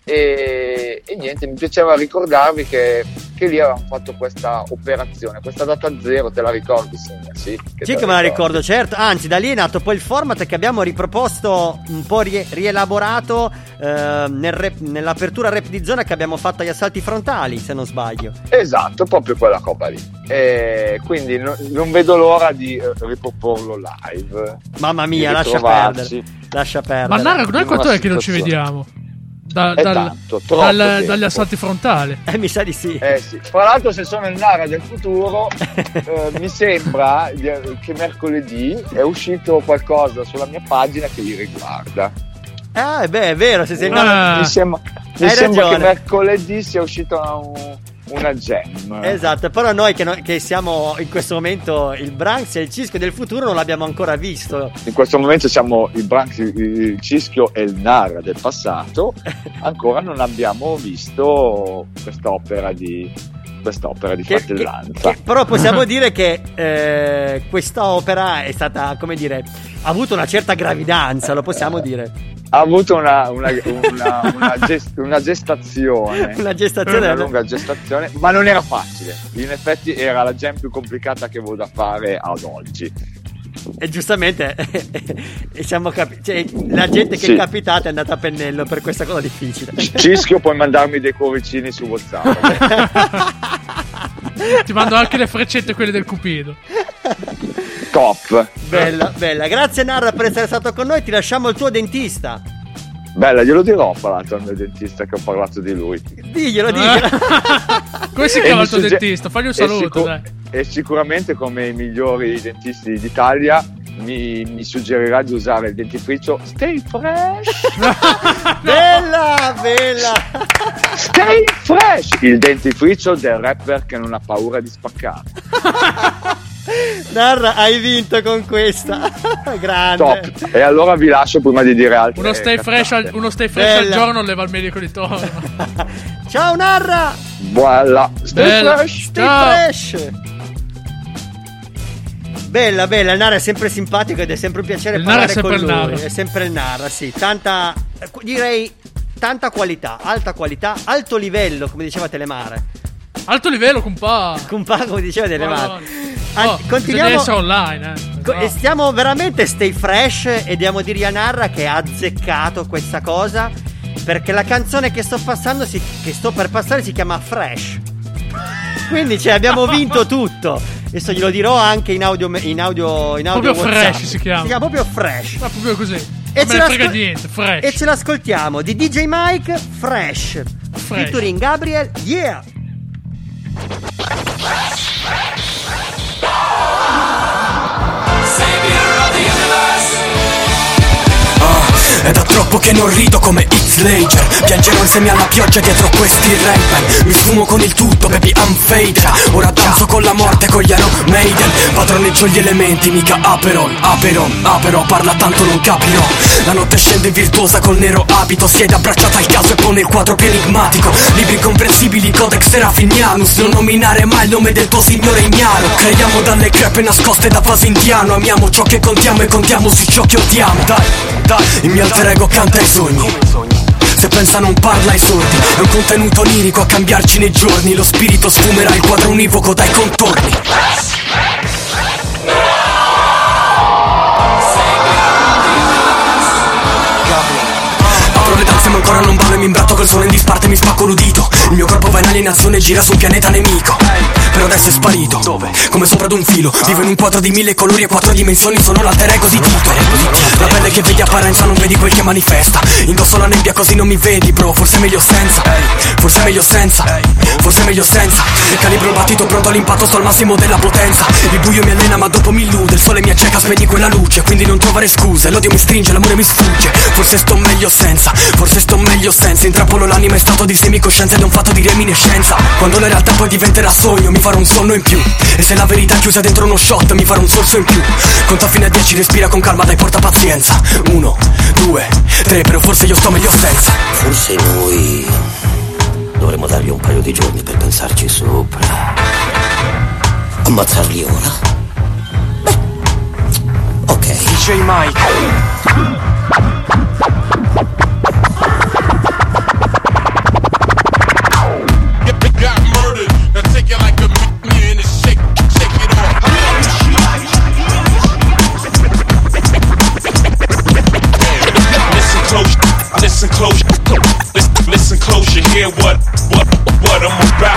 e, e niente, mi piaceva ricordarvi che, che lì avevamo fatto questa operazione, questa data zero, te la ricordi? Sì, sì, che, sì, che me la ricordo, certo. Anzi, da lì è nato poi il format che abbiamo riproposto, un po' rie- rielaborato eh, nel rap, nell'apertura rap di zona che abbiamo fatto agli assalti frontali, se non sbaglio. Esatto, proprio quella copa lì. E quindi no, non vedo l'ora di eh, riproporlo live. Mamma mia, lascia perdere. Lascia perdere. Ma Nara, noi quanto è che non ci vediamo? Da, dal, tanto, dal, dagli assalti frontali. Eh, mi sa di sì. Eh sì. Tra l'altro, se sono il Nara del futuro, eh, mi sembra che mercoledì è uscito qualcosa sulla mia pagina che li riguarda. Ah, beh, è vero. Se sei ah, mi sembra, mi Hai sembra ragione. che mercoledì sia uscito un, una gem. Esatto, però noi che, noi che siamo in questo momento il Branks e il Cischio del futuro non l'abbiamo ancora visto. In questo momento siamo il Branks, il Cischio e il Narra del passato. Ancora non abbiamo visto quest'opera di quest'opera di che, fratellanza. Che, che, però possiamo dire che eh, questa opera è stata, come dire, ha avuto una certa gravidanza, lo possiamo dire. Ha avuto una, una, una, una, gest- una gestazione, una gestazione, una lunga gestazione, ma non era facile. In effetti era la gem più complicata che avevo da fare ad oggi. E giustamente siamo capi- cioè, la gente che sì. è capitata è andata a pennello per questa cosa difficile. Cischio, puoi mandarmi dei cuoricini su WhatsApp. Ti mando anche le freccette, quelle del Cupido. Top. Bella, bella. Grazie Narra per essere stato con noi. Ti lasciamo il tuo dentista. Bella, glielo dirò fra l'altro al mio dentista che ho parlato di lui. Diglielo, diglielo. Come si chiama il tuo sugge- dentista? Fagli un saluto, sicur- dai. E sicuramente, come i migliori dentisti d'Italia, mi, mi suggerirà di usare il dentifricio Stay Fresh. Bella, bella. Stay Fresh, il dentifricio del rapper che non ha paura di spaccare. Narra, hai vinto con questa. Grande. Top. E allora vi lascio prima di dire altro. Uno stay fresh al, uno stay fresh al giorno leva il medico di torno. Ciao Narra. Voilà. Stay Bella. fresh. Stay Ciao. fresh. Bella, bella, il Narra è sempre simpatico ed è sempre un piacere il parlare Narra è con sempre lui. il Narra. È sempre il Narra, sì. Tanta, direi, tanta qualità, alta qualità, alto livello, come diceva Telemare. Alto livello, compa. Compa, come diceva Telemare. Oh, An- continuiamo essere online, eh. co- no. e stiamo veramente stay fresh e diamo dire a Narra che ha azzeccato questa cosa, perché la canzone che sto passando si, che sto per passare si chiama Fresh. Quindi cioè, abbiamo vinto tutto. Adesso glielo dirò anche in audio in audio in audio proprio WhatsApp. Fresh si chiama. Si chiama proprio Fresh. Ma proprio così. E Non ce, me ne frega l'ascol- niente, Fresh. e ce l'ascoltiamo di D J Mike, Fresh, Fresh. featuring Gabriel, yeah. È da troppo che non rido come X-Lager. Piangerò insieme alla pioggia dietro questi rapper. Mi sfumo con il tutto, baby I'm faded. Ora danzo con la morte, con gli Iron Maiden. Padroneggio gli elementi, mica Aperon. Aperon, Aperon, parla tanto non capirò. La notte scende virtuosa col nero abito. Siede abbracciata al caso e pone il quadro più enigmatico. Libri incomprensibili, codex serafinianus. Non nominare mai il nome del tuo signore ignaro. Creiamo dalle crepe nascoste da vaso indiano. Amiamo ciò che contiamo e contiamo su ciò che odiamo. Dai, dai, il mio alter ego canta i sogni. Se pensa non parla ai sordi. È un contenuto lirico a cambiarci nei giorni. Lo spirito sfumerà il quadro univoco dai contorni. Apro le danze ma ancora non ballo e mi imbratto col sole in disparte e mi spacco l'udito. Il mio corpo va in alienazione e gira su un pianeta nemico. Però adesso è sparito. Dove? Come sopra ad un filo. Vivo in un quadro di mille colori e quattro dimensioni. Sono l'alter ego di Tito. La pelle che vedi apparenza non vedi quel che manifesta. Indosso la nebbia così non mi vedi bro. Forse è meglio senza. Forse è meglio senza. Forse è meglio senza. Calibro il battito pronto all'impatto, sto al massimo della potenza. Il buio mi allena ma dopo mi illude. Il sole mi acceca, spegni quella luce. Quindi non trovare scuse. L'odio mi stringe, l'amore mi sfugge. Forse sto meglio senza. Forse sto meglio senza. Intrappolo l'anima in stato di semicoscienza ed è un fatto di reminiscenza. Quando la realtà poi diventerà sogno mi farò un sonno in più. E se la verità è chiusa dentro uno shot mi farò un sorso in più. Conta fino a dieci, respira con calma, dai porta pazienza. Uno, due, tre, però forse io sto meglio senza. Forse noi dovremmo dargli un paio di giorni per pensarci sopra. Ammazzarli ora? Beh, ok. D J Mike. Listen close, listen, listen close, you hear what, what, what I'm about.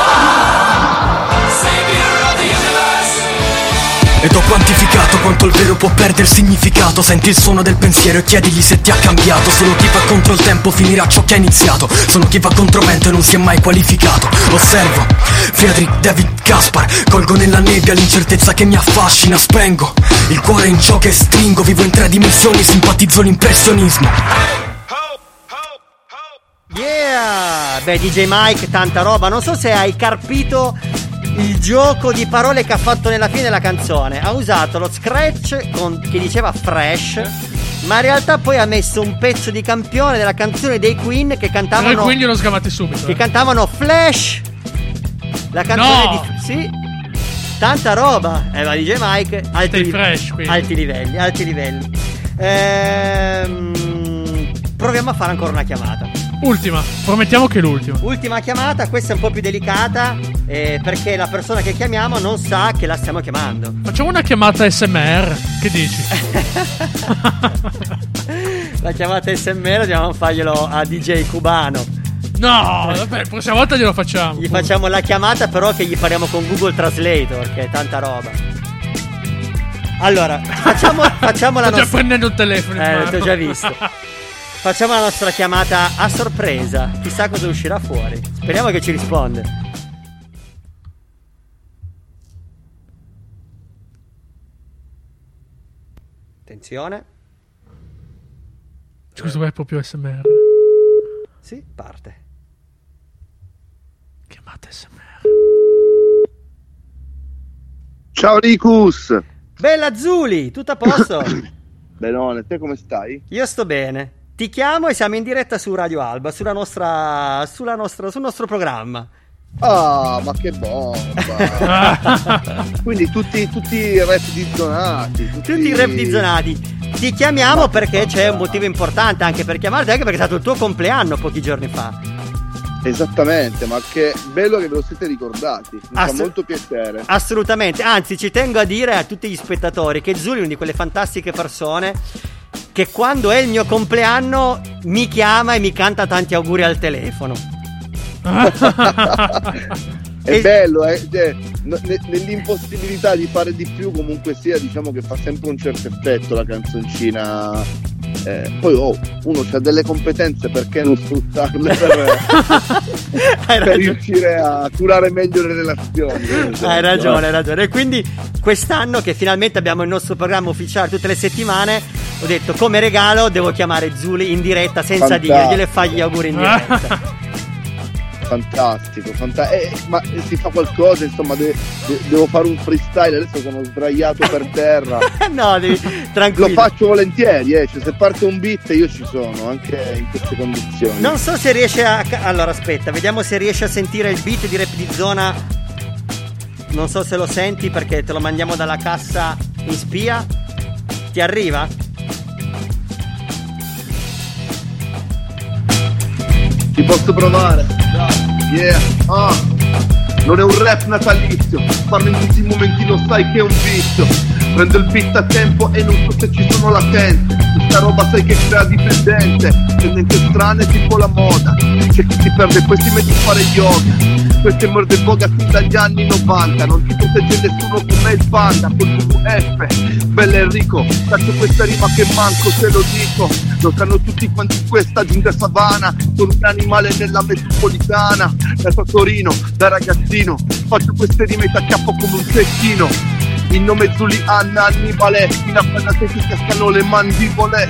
Ed ho quantificato quanto il vero può perdere il significato. Senti il suono del pensiero e chiedigli se ti ha cambiato. Solo chi va contro il tempo finirà ciò che ha iniziato. Sono chi va contro vento e non si è mai qualificato. Osservo Friedrich David Gaspar, colgo nella nebbia l'incertezza che mi affascina. Spengo il cuore in ciò che stringo. Vivo in tre dimensioni, simpatizzo l'impressionismo. Yeah! Beh, D J Mike, tanta roba. Non so se hai carpito il gioco di parole che ha fatto nella fine della canzone. Ha usato lo scratch con, che diceva fresh, ma in realtà poi ha messo un pezzo di campione della canzone dei Queen che cantavano. Noi quindi lo sgamate subito. Che eh. cantavano Flash. La canzone no. di. Sì. Tanta roba. Eh, ma D J Mike. Alti, li- fresh, alti livelli, alti livelli. Ehm, proviamo a fare ancora una chiamata. Ultima, promettiamo che è l'ultima. Ultima chiamata, questa è un po' più delicata eh, perché la persona che chiamiamo non sa che la stiamo chiamando. Facciamo una chiamata S M R, che dici? La chiamata S M R dobbiamo farglielo a D J Cubano. No, vabbè, la prossima volta glielo facciamo. Gli facciamo la chiamata, però che gli faremo con Google Translator, che è tanta roba. Allora, facciamo, facciamo la Sto nostra... già prendendo il telefono. Eh, t'ho già visto. Facciamo la nostra chiamata a sorpresa. Chissà cosa uscirà fuori. Speriamo che ci risponde. Attenzione. Scusa, è proprio S M R. Sì, parte. Chiamata S M R. Ciao Ricus. Bella Zuli, tutto a posto? Benone, te come stai? Io sto bene. Ti chiamo e siamo in diretta su Radio Alba, sulla nostra, sulla nostra, sul nostro programma. Ah, ma che bomba! Quindi tutti, tutti i rap di Zonati. Tutti... tutti i rap di Zonati. Ti chiamiamo ma perché c'è un motivo importante anche per chiamarti, anche perché è stato il tuo compleanno pochi giorni fa. Esattamente, ma che bello che ve lo siete ricordati. Mi Assu- fa molto piacere. Assolutamente, anzi ci tengo a dire a tutti gli spettatori che Zuli è una di quelle fantastiche persone che quando è il mio compleanno mi chiama e mi canta tanti auguri al telefono. È e... bello, eh? Cioè, n- nell'impossibilità di fare di più comunque sia, diciamo che fa sempre un certo effetto la canzoncina. Eh, poi oh, uno ha delle competenze, perché non sfruttarle per, per riuscire a curare meglio le relazioni? Hai ragione, hai ragione. E quindi quest'anno che finalmente abbiamo il nostro programma ufficiale tutte le settimane, ho detto come regalo devo chiamare Zuli in diretta senza Fantastico. dirglielo e fargli gli auguri in diretta. Fantastico, fanta- eh, ma si fa qualcosa, insomma, de- de- devo fare un freestyle, adesso sono sdraiato per terra. No, devi, tranquillo. Lo faccio volentieri, eh. Cioè, se parte un beat io ci sono, anche in queste condizioni. Non so se riesce a... Allora aspetta, vediamo se riesci a sentire il beat di Rap di Zona. Non so se lo senti perché te lo mandiamo dalla cassa in spia. Ti arriva? Ci posso provare? Dai. Yeah, ah. Non è un rap natalizio, parlo in tutti i momenti, lo sai che è un vizio. Prendo il beat a tempo e non so se ci sono latenze. Questa roba sai che crea dipendente. Tendenze strane tipo la moda. C'è chi si perde e poi si mette a fare yoga. Questo è morde boga fin dagli anni novanta. Non ti protegge nessuno come il panda col W F. Bella Enrico, faccio questa rima che manco se lo dico. Lo sanno tutti quanti in questa giungla savana. Sono un animale nella metropolitana. Nato a Torino da ragazzino. Faccio queste rime e t'acchiappo come un cecchino. Il nome Zuli Anna Annibale. In appena che ti cascano le mandibole.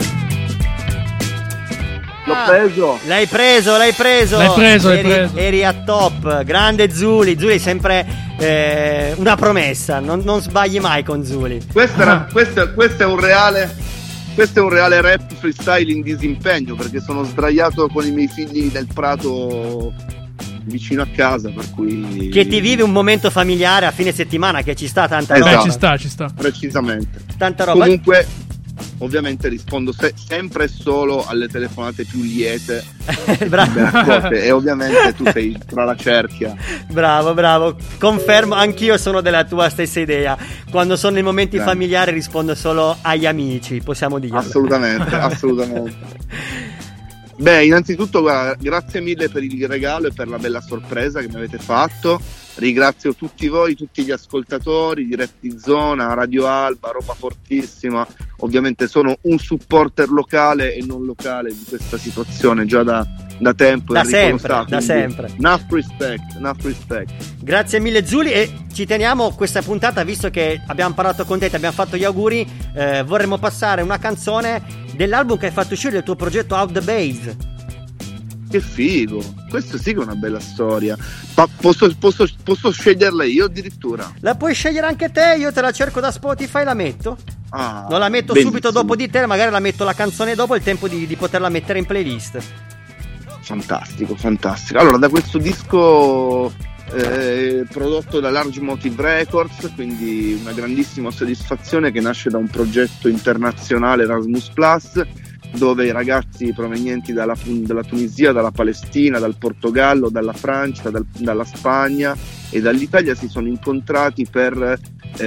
L'ho Ah, preso. L'hai preso, l'hai preso. L'hai preso, l'hai eri, preso. eri a top. Grande Zuli. Zuli è sempre eh, una promessa. Non, non sbagli mai con Zuli. Questo, era, questo, è- questo è un reale. Questo è un reale rap freestyle in disimpegno, perché sono sdraiato con i miei figli nel prato vicino a casa, per cui Che ti vivi un momento familiare a fine settimana, che ci sta tanta Esatto. roba. Beh, ci sta, ci sta. precisamente. Tanta roba. Comunque, ovviamente rispondo se- sempre e solo alle telefonate più liete Bravo. ben accolte, e ovviamente tu sei tra la cerchia. Bravo, bravo. Confermo, anch'io sono della tua stessa idea. Quando sono nei momenti Grande. familiari rispondo solo agli amici, possiamo dirlo. Assolutamente, assolutamente. Beh, innanzitutto guarda, grazie mille per il regalo e per la bella sorpresa che mi avete fatto. ringrazio tutti voi, tutti gli ascoltatori di Rap di Zona, Radio Alba, roba fortissima. Ovviamente sono un supporter locale e non locale di questa situazione già da, da tempo. Da Enrico sempre, lo sa, da sempre. Enough respect, enough respect. Grazie mille Zuli, e ci teniamo questa puntata, visto che abbiamo parlato con te, ti abbiamo fatto gli auguri, eh, vorremmo passare una canzone dell'album che hai fatto uscire, del tuo progetto Out the Base. Che figo, questo sì che è una bella storia. Ma posso, posso, posso sceglierla io addirittura? La puoi scegliere anche te, io te la cerco da Spotify e la metto. Ah, non la metto bellissimo. subito dopo di te, magari la metto la canzone dopo, il tempo di, di poterla mettere in playlist. Fantastico, fantastico. Allora, da questo disco eh, prodotto da Large Motive Records, quindi una grandissima soddisfazione, che nasce da un progetto internazionale, Erasmus Plus, dove i ragazzi provenienti dalla, dalla Tunisia, dalla Palestina, dal Portogallo, dalla Francia, dal, dalla Spagna e dall'Italia si sono incontrati per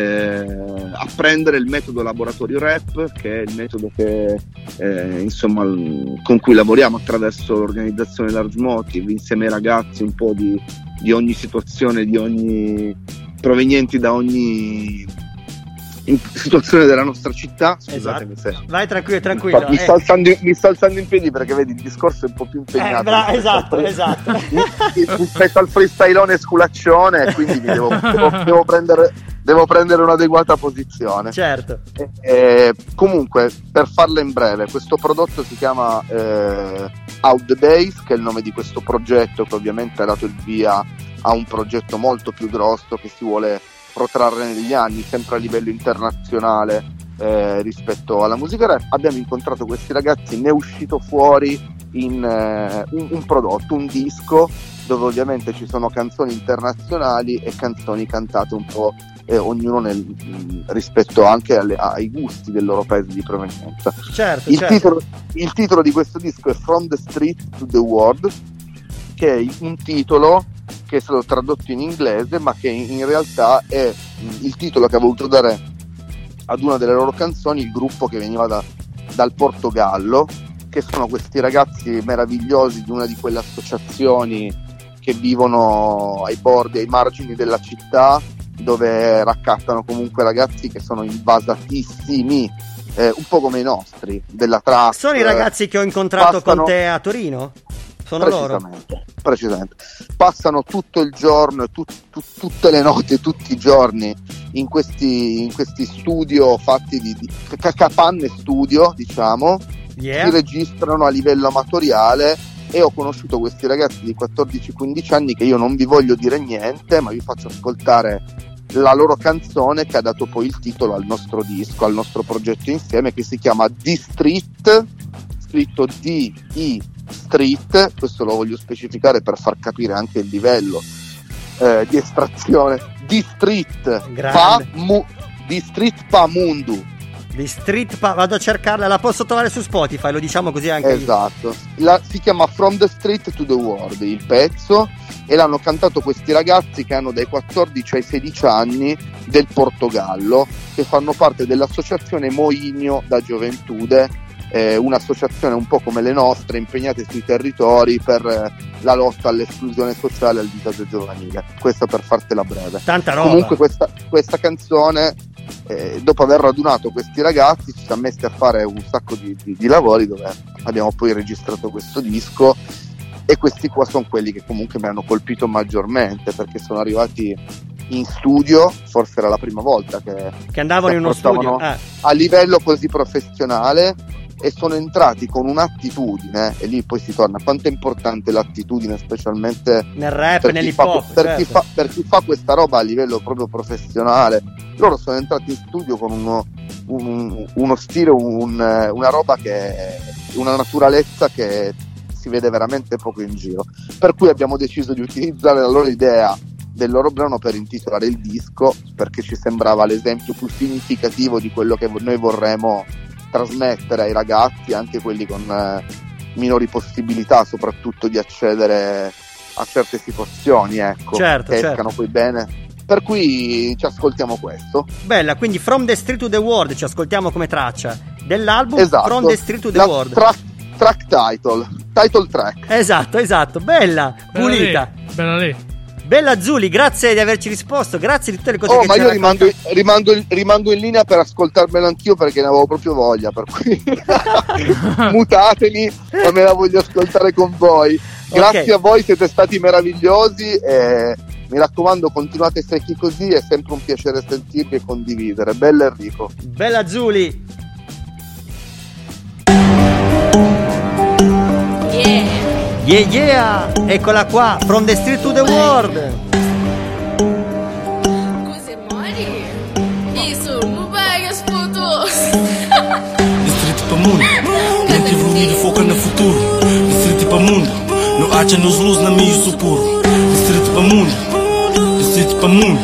eh, apprendere il metodo laboratorio rap, che è il metodo che, eh, insomma, con cui lavoriamo attraverso l'organizzazione Large Motive, insieme ai ragazzi un po' di, di ogni situazione, di ogni provenienti da ogni in situazione della nostra città. Scusatemi, esatto. se vai tranquillo tranquillo mi, eh. sto alzando, mi sto alzando in piedi perché vedi il discorso è un po' più impegnato, eh, bra- esatto esatto rispetto al freestylone sculaccione, quindi mi devo, devo, devo prendere devo prendere un'adeguata posizione. Certo. Eh, comunque, per farla in breve, questo prodotto si chiama eh, Out the Base, che è il nome di questo progetto, che ovviamente ha dato il via a un progetto molto più grosso che si vuole protrarre negli anni, sempre a livello internazionale, eh, rispetto alla musica rap. Abbiamo incontrato questi ragazzi, ne è uscito fuori in eh, un, un prodotto, un disco, dove ovviamente ci sono canzoni internazionali e canzoni cantate un po' eh, ognuno nel, rispetto anche alle, ai gusti del loro paese di provenienza. Certo, il, certo. Titolo, il titolo di questo disco è From the Street to the World, che è un titolo che è stato tradotto in inglese, ma che in realtà è il titolo che ha voluto dare ad una delle loro canzoni il gruppo che veniva da, dal Portogallo, che sono questi ragazzi meravigliosi di una di quelle associazioni che vivono ai bordi, ai margini della città, dove raccattano comunque ragazzi che sono invasatissimi, eh, un po' come i nostri, della trap. Sono i ragazzi che ho incontrato passano... con te a Torino? Sono precisamente, loro? Precisamente. Passano tutto il giorno, tut, tut, tutte le notti, tutti i giorni in questi, in questi studio fatti di, di capanne studio, diciamo, yeah. Si registrano a livello amatoriale, e ho conosciuto questi ragazzi di quattordici quindici anni, che io non vi voglio dire niente, ma vi faccio ascoltare la loro canzone che ha dato poi il titolo al nostro disco, al nostro progetto insieme, che si chiama D-Street, scritto D I Street. Questo lo voglio specificare per far capire anche il livello eh, di estrazione. D-Street pa, mu, D-Street pa Mundu. D-Street pa, vado a cercarla, la posso trovare su Spotify, lo diciamo così anche. Esatto, la, si chiama From the Street to the World il pezzo, e l'hanno cantato questi ragazzi che hanno dai quattordici ai sedici anni, del Portogallo, che fanno parte dell'associazione Moinho da Gioventùde, eh, un'associazione un po' come le nostre, impegnate sui territori per eh, la lotta all'esclusione sociale e al disagio giovanile. Questo per fartela breve. Tanta roba. Comunque questa, questa canzone, eh, dopo aver radunato questi ragazzi, ci siamo messi a fare un sacco di, di, di lavori, dove abbiamo poi registrato questo disco, e questi qua sono quelli che comunque mi hanno colpito maggiormente, perché sono arrivati in studio, forse era la prima volta che, che andavano in uno studio eh. a livello così professionale, e sono entrati con un'attitudine, e lì poi si torna quanto è importante l'attitudine, specialmente nel rap, per nell'hip chi hop, fa, per, certo. chi fa, per chi fa questa roba a livello proprio professionale. Loro sono entrati in studio con uno, un, uno stile, un, una roba che una naturalezza che si vede veramente poco in giro, per cui abbiamo deciso di utilizzare la loro idea del loro brano per intitolare il disco, perché ci sembrava l'esempio più significativo di quello che noi vorremmo trasmettere ai ragazzi, anche quelli con eh, minori possibilità soprattutto di accedere a certe situazioni, ecco, certo, che certo. escano poi bene. Per cui ci ascoltiamo questo. Bella, quindi From the Street to the World ci ascoltiamo come traccia dell'album, esatto. From the Street to the La World. Track, track title, title track. Esatto, esatto, bella, Bella pulita. Lì, bella lì. Bella Zuli, grazie di averci risposto, grazie di tutte le cose oh, che ma ci io hai rimando, rimando, rimando in linea per ascoltarmelo anch'io perché ne avevo proprio voglia, per cui mutatemi, ma me la voglio ascoltare con voi. Grazie okay. a voi, siete stati meravigliosi e mi raccomando continuate secchi così, è sempre un piacere sentirvi e condividere. Bella Enrico. Bella Zuli. Yeah. Yeah yeah, eccola qua, from the street to the world. Cose mori? Isso, não vai as fotos. Distrito para mundo, mente evoluído foca no futuro. Distrito para mundo, não acha nos luz na meio supuro. Distrito para mundo, distrito para mundo.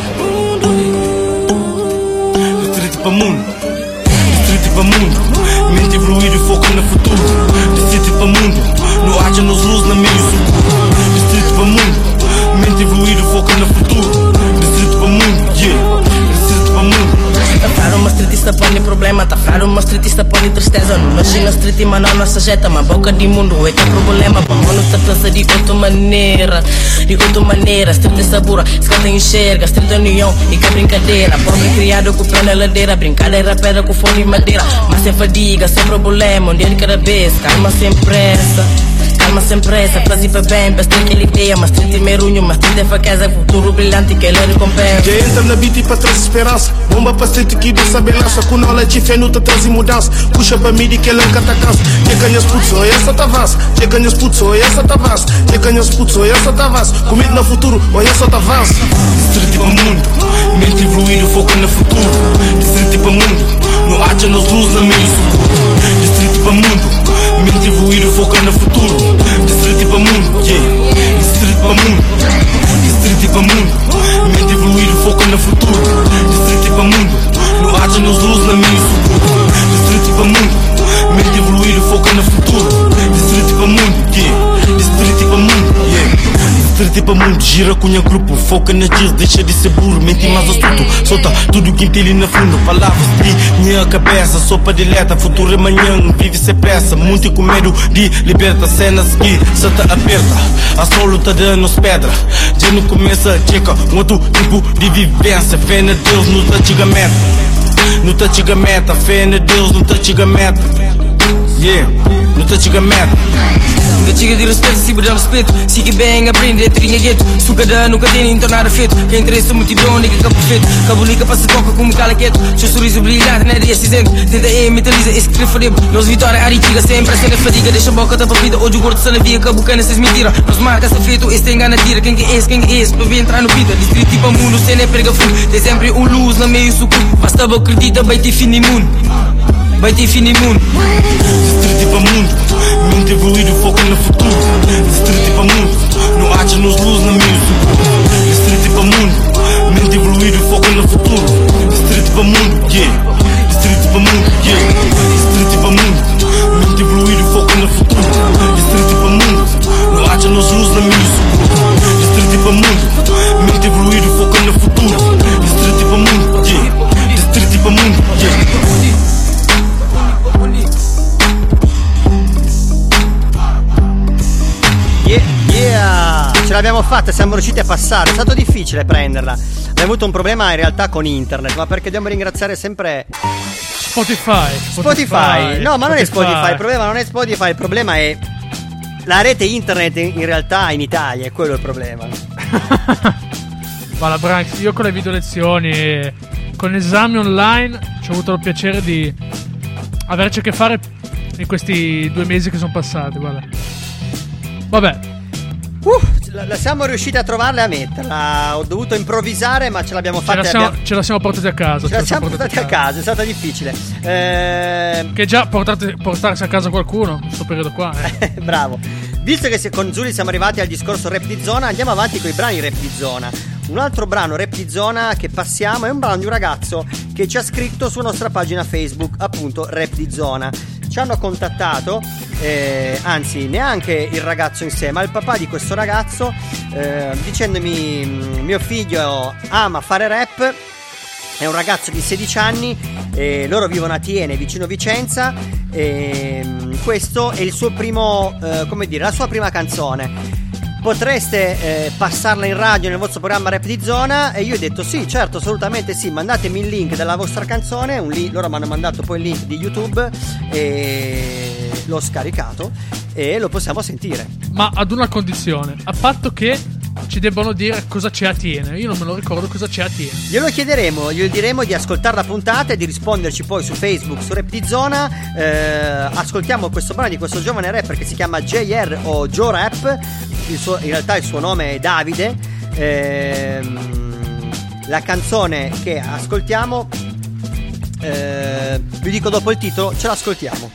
Distrito para mundo, distrito para mundo, mente evoluído foca no futuro. Distrito para mundo. No acha nos luz na meio seguro. Distrito para mundo, mente evoluído foca no futuro. Distrito para mundo, yeah. Distrito para mundo. Tá fraco, uma streetista põe problema. Tá fraco, uma streetista põe tristeza. Não nasce na street, mas não nossa jeta. Mas boca de mundo é que é problema. Pra mano tá pensa de outra maneira. De outra maneira, street é sabura. Escata enxerga, street é união. E que é brincadeira. Pobre criado com pé na ladeira. Brincadeira, pedra com fone e madeira. Mas sem fadiga, sem problema. Um dia de cada vez, calma sem pressa. Calma sem pressa, prazer para bem, basta aquela ideia. Mas trinta e merunho, mas trinta é faqueza. Futuro brilhante que ele recompensa. Já entra na beat para trazer esperança. Bomba para street que dá sabelança. Com knowledge fé não te traz mudança. Puxa para mim que ele nunca tá cansa. Já ganhas putso, essa tá vaz. Já ganhas putso, essa tá vaz. Já ganhas putso, essa tá vaz. Comigo no futuro, olha essa tá vaz. Distrito para mundo, mente evoluído, foca no futuro. Distrito para mundo, não acha nos luz na meio seguro. Distrito para mundo, mente evoluído, foca no futuro. Distrito para mundo, yeah. Distrito para mundo, distrito para mundo, mente evoluído, foca no futuro. Distrito para mundo, não acha nos luz na meio seguro. Distrito para mundo, mente evoluído, foca no futuro. Distrito para mundo, yeah. Distrito para mundo, yeah. Distrito para mundo, gira com o grupo, foca nas dias, deixa de ser burro, mente mais astuto, solta tudo que entende na fundo, palavras de minha cabeça, sopa dileta, futuro é manhã, vive sem pressa, muito com medo de liberta, cenas que só tá aberta, a solo tá dando pedra, já não começa, checa, um outro tipo de vivência, fé na Deus, não tá chega meta, não tá chega meta, fé na Deus, não tá chega meta, yeah, não tá chega meta. Nunca chega de respeito, se dá respeito. Siga bem, aprende, é trinha gueto. Suga da nunca tem, então nada feito. Quem interessa multidão, nigga que é perfeito. Cabulica passa toca como cala quieto. Seu sorriso brilhante, nada é cinzento. Tenta e metaliza, esse que fodebo. Nós vitória, aritiga, sempre sem fadiga. Deixa a boca da papida, hoje o gordo só na via. Cabucana, cês mentira. Nós marca essa feito, esse tem gana tira. Quem que é esse, quem que é esse, pra vir entrar no vida. Distrito tipo mundo, sem nem prega fundo. Tem sempre um luz na meio suco. Basta acredita, vai ter fim imundo. Vai ter fim imundo. Distrito para mundo, mente evoluído, foca no futuro. Distrito para mundo, não acha nos luz na meio seguro. Distrito para mundo, mente evoluído, foca no futuro. Distrito para mundo, yeah. Distrito para mundo, yeah. Distrito para mundo, mente evoluído, foca no futuro. Distrito para mundo, não acha nos luz na meio seguro. Distrito para mundo, mente evoluído, foca no futuro. Distrito para mundo, yeah. Distrito para mundo, yeah. Yeah, yeah, ce l'abbiamo fatta, siamo riusciti a passare. È stato difficile prenderla. Abbiamo avuto un problema in realtà con internet, ma perché dobbiamo ringraziare sempre Spotify. Spotify. Spotify. No, ma non è Spotify. Spotify. Il problema non è Spotify, il problema è la rete internet in realtà in Italia. È quello il problema. Guarda, Branks, io con le video lezioni e con esami online ci ho avuto il piacere di averci a che fare in questi due mesi che sono passati. Guarda. Vabbè, uh, la, la siamo riusciti a trovarla e a metterla. Ho dovuto improvvisare, ma ce l'abbiamo fatta. Ce la siamo, abbiamo... ce la siamo portati a casa. Ce, ce la siamo portati a casa, è stata difficile. Eh... Che già portate, portarsi a casa qualcuno in questo periodo qua. Eh. Bravo. Visto che con Zuli siamo arrivati al discorso rap di zona, andiamo avanti con i brani rap di zona. Un altro brano rap di zona che passiamo è un brano di un ragazzo che ci ha scritto sulla nostra pagina Facebook, appunto Rap di Zona. Ci hanno contattato, eh, anzi neanche il ragazzo in sé, ma il papà di questo ragazzo, eh, dicendomi: mio figlio ama fare rap, è un ragazzo di sedici anni, eh, loro vivono a Tiene, vicino Vicenza, e questo è il suo primo, eh, come dire, la sua prima canzone. potreste eh, passarla in radio nel vostro programma Rap di Zona? E io ho detto sì, certo, assolutamente sì, mandatemi il link della vostra canzone, un link, loro mi hanno mandato poi il link di YouTube e l'ho scaricato e lo possiamo sentire. Ma ad una condizione, a patto che ci debbano dire cosa c'è a Tiene. Io non me lo ricordo cosa c'è a Tiene. Glielo chiederemo, glielo diremo di ascoltare la puntata e di risponderci poi su Facebook, su Rap di Zona. eh, Ascoltiamo questo brano di questo giovane rapper che si chiama J R o Joe Rap. Il suo, in realtà il suo nome è Davide. ehm, La canzone che ascoltiamo, eh, vi dico dopo il titolo, ce l'ascoltiamo.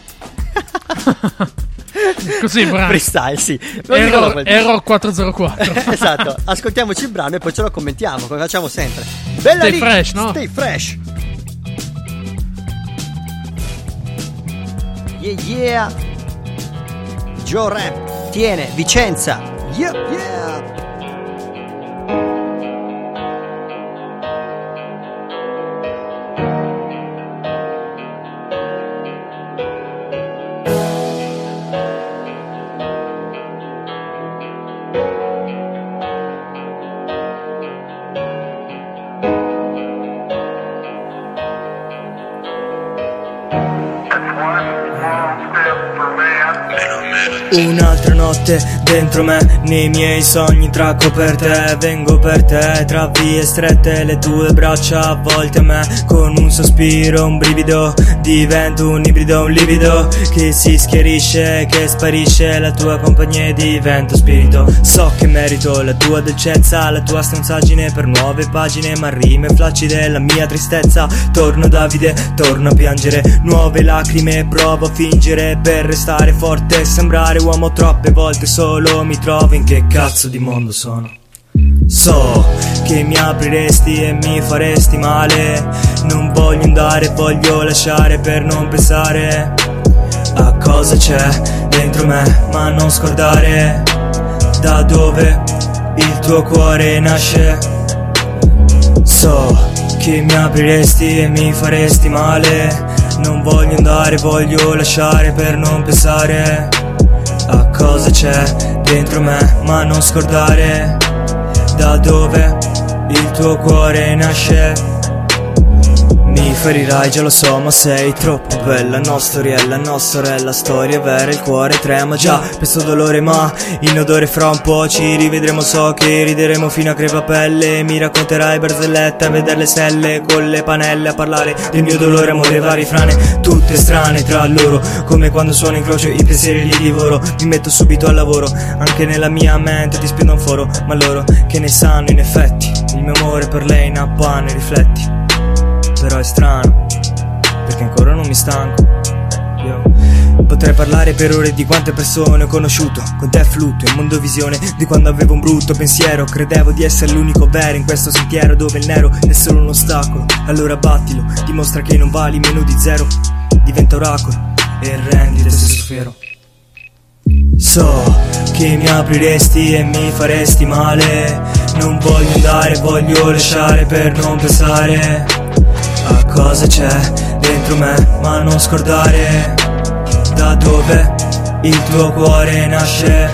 Così, brano freestyle, sì. Error, error quattrocentoquattro. Esatto, ascoltiamoci il brano e poi ce lo commentiamo, come facciamo sempre. Bella Stay lì. fresh, no? Stay fresh. Yeah, yeah. Joe Rap, Tiene, Vicenza. Yeah, yeah. Un'altra notte dentro me, nei miei sogni tracco per te, vengo per te, tra vie strette le tue braccia avvolte a me, con un sospiro, un brivido, divento un ibrido, un livido che si schiarisce, che sparisce, la tua compagnia e divento spirito. So che merito la tua dolcezza, la tua stronzaggine per nuove pagine, ma rime flaccide, la mia tristezza. Torno Davide, torno a piangere, nuove lacrime provo a fingere per restare forte, sembrare uomo troppe volte solo, mi trovo in che cazzo di mondo sono. So che mi apriresti e mi faresti male, non voglio andare, voglio lasciare per non pensare a cosa c'è dentro me, ma non scordare da dove il tuo cuore nasce. So che mi apriresti e mi faresti male, non voglio andare, voglio lasciare per non pensare a cosa c'è dentro me, ma non scordare da dove il tuo cuore nasce. Mi ferirai, già lo so, ma sei troppo bella, no storiella, no sorella, storia vera, il cuore trema già, questo dolore ma in odore fra un po' ci rivedremo, so che rideremo fino a crepapelle, mi racconterai barzellette a vedere le stelle con le panelle, a parlare del mio dolore, amore, varie frane, tutte strane tra loro, come quando suono in croce i pensieri li divoro, mi metto subito al lavoro, anche nella mia mente ti spendo un foro, ma loro che ne sanno in effetti, il mio amore per lei in appanne rifletti. Però è strano, perché ancora non mi stanco. Io potrei parlare per ore di quante persone ho conosciuto, con te flutto in mondovisione, di quando avevo un brutto pensiero, credevo di essere l'unico vero in questo sentiero dove il nero è solo un ostacolo. Allora battilo, dimostra che non vali meno di zero, diventa oracolo e rendi te stesso fiero. So che mi apriresti e mi faresti male, non voglio andare, voglio lasciare per non pensare a cosa c'è dentro me, ma non scordare da dove il tuo cuore nasce.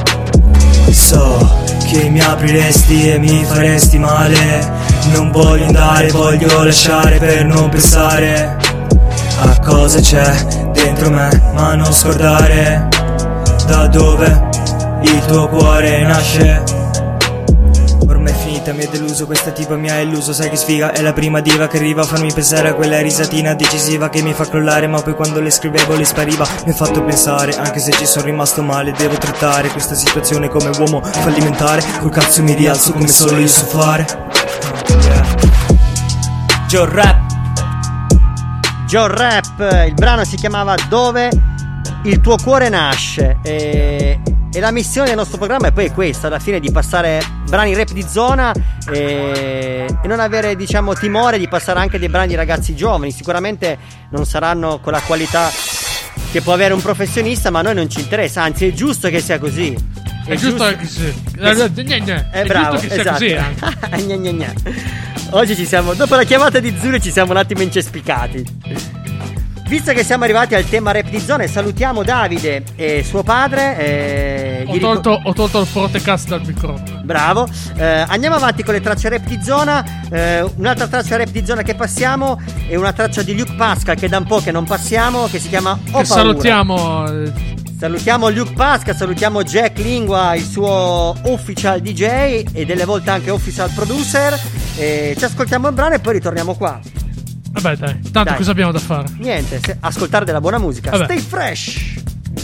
So che mi apriresti e mi faresti male, non voglio andare, voglio lasciare per non pensare a cosa c'è dentro me, ma non scordare da dove il tuo cuore nasce. Ormai è finita, mi è deluso, questa tipa mi ha illuso, sai che sfiga, è la prima diva che arriva a farmi pensare a quella risatina decisiva che mi fa crollare, ma poi quando le scrivevo le spariva. Mi ha fatto pensare, anche se ci sono rimasto male, devo trattare questa situazione come uomo fallimentare, col cazzo mi rialzo come solo io so fare. Yeah. Joe Rap, Joe Rap, il brano si chiamava Dove il tuo cuore nasce e... E la missione del nostro programma è poi questa, alla fine, di passare brani rap di zona e, e non avere, diciamo, timore di passare anche dei brani di ragazzi giovani. Sicuramente non saranno con la qualità che può avere un professionista, ma a noi non ci interessa, anzi è giusto che sia così. È, è giusto, giusto che sia. È, è bravo, giusto che sia esatto. Così. Gna gna gna. Oggi ci siamo, dopo la chiamata di Zuri ci siamo un attimo incespicati. visto che siamo arrivati al tema rap di zona, salutiamo Davide e suo padre. Eh, ho, tolto, ric- ho tolto il protecast dal microfono. Bravo. Eh, andiamo avanti con le tracce rap di zona. Eh, un'altra traccia rap di zona che passiamo è una traccia di Luke Pascal che da un po' che non passiamo, che si chiama Ho Paura. Salutiamo. Salutiamo Luke Pascal, salutiamo Jack Lingua, il suo official D J e delle volte anche official producer. E ci ascoltiamo il brano e poi ritorniamo qua. Vabbè dai, tanto dai. Cosa abbiamo da fare? Niente, se, ascoltare della buona musica. Vabbè. Stay fresh.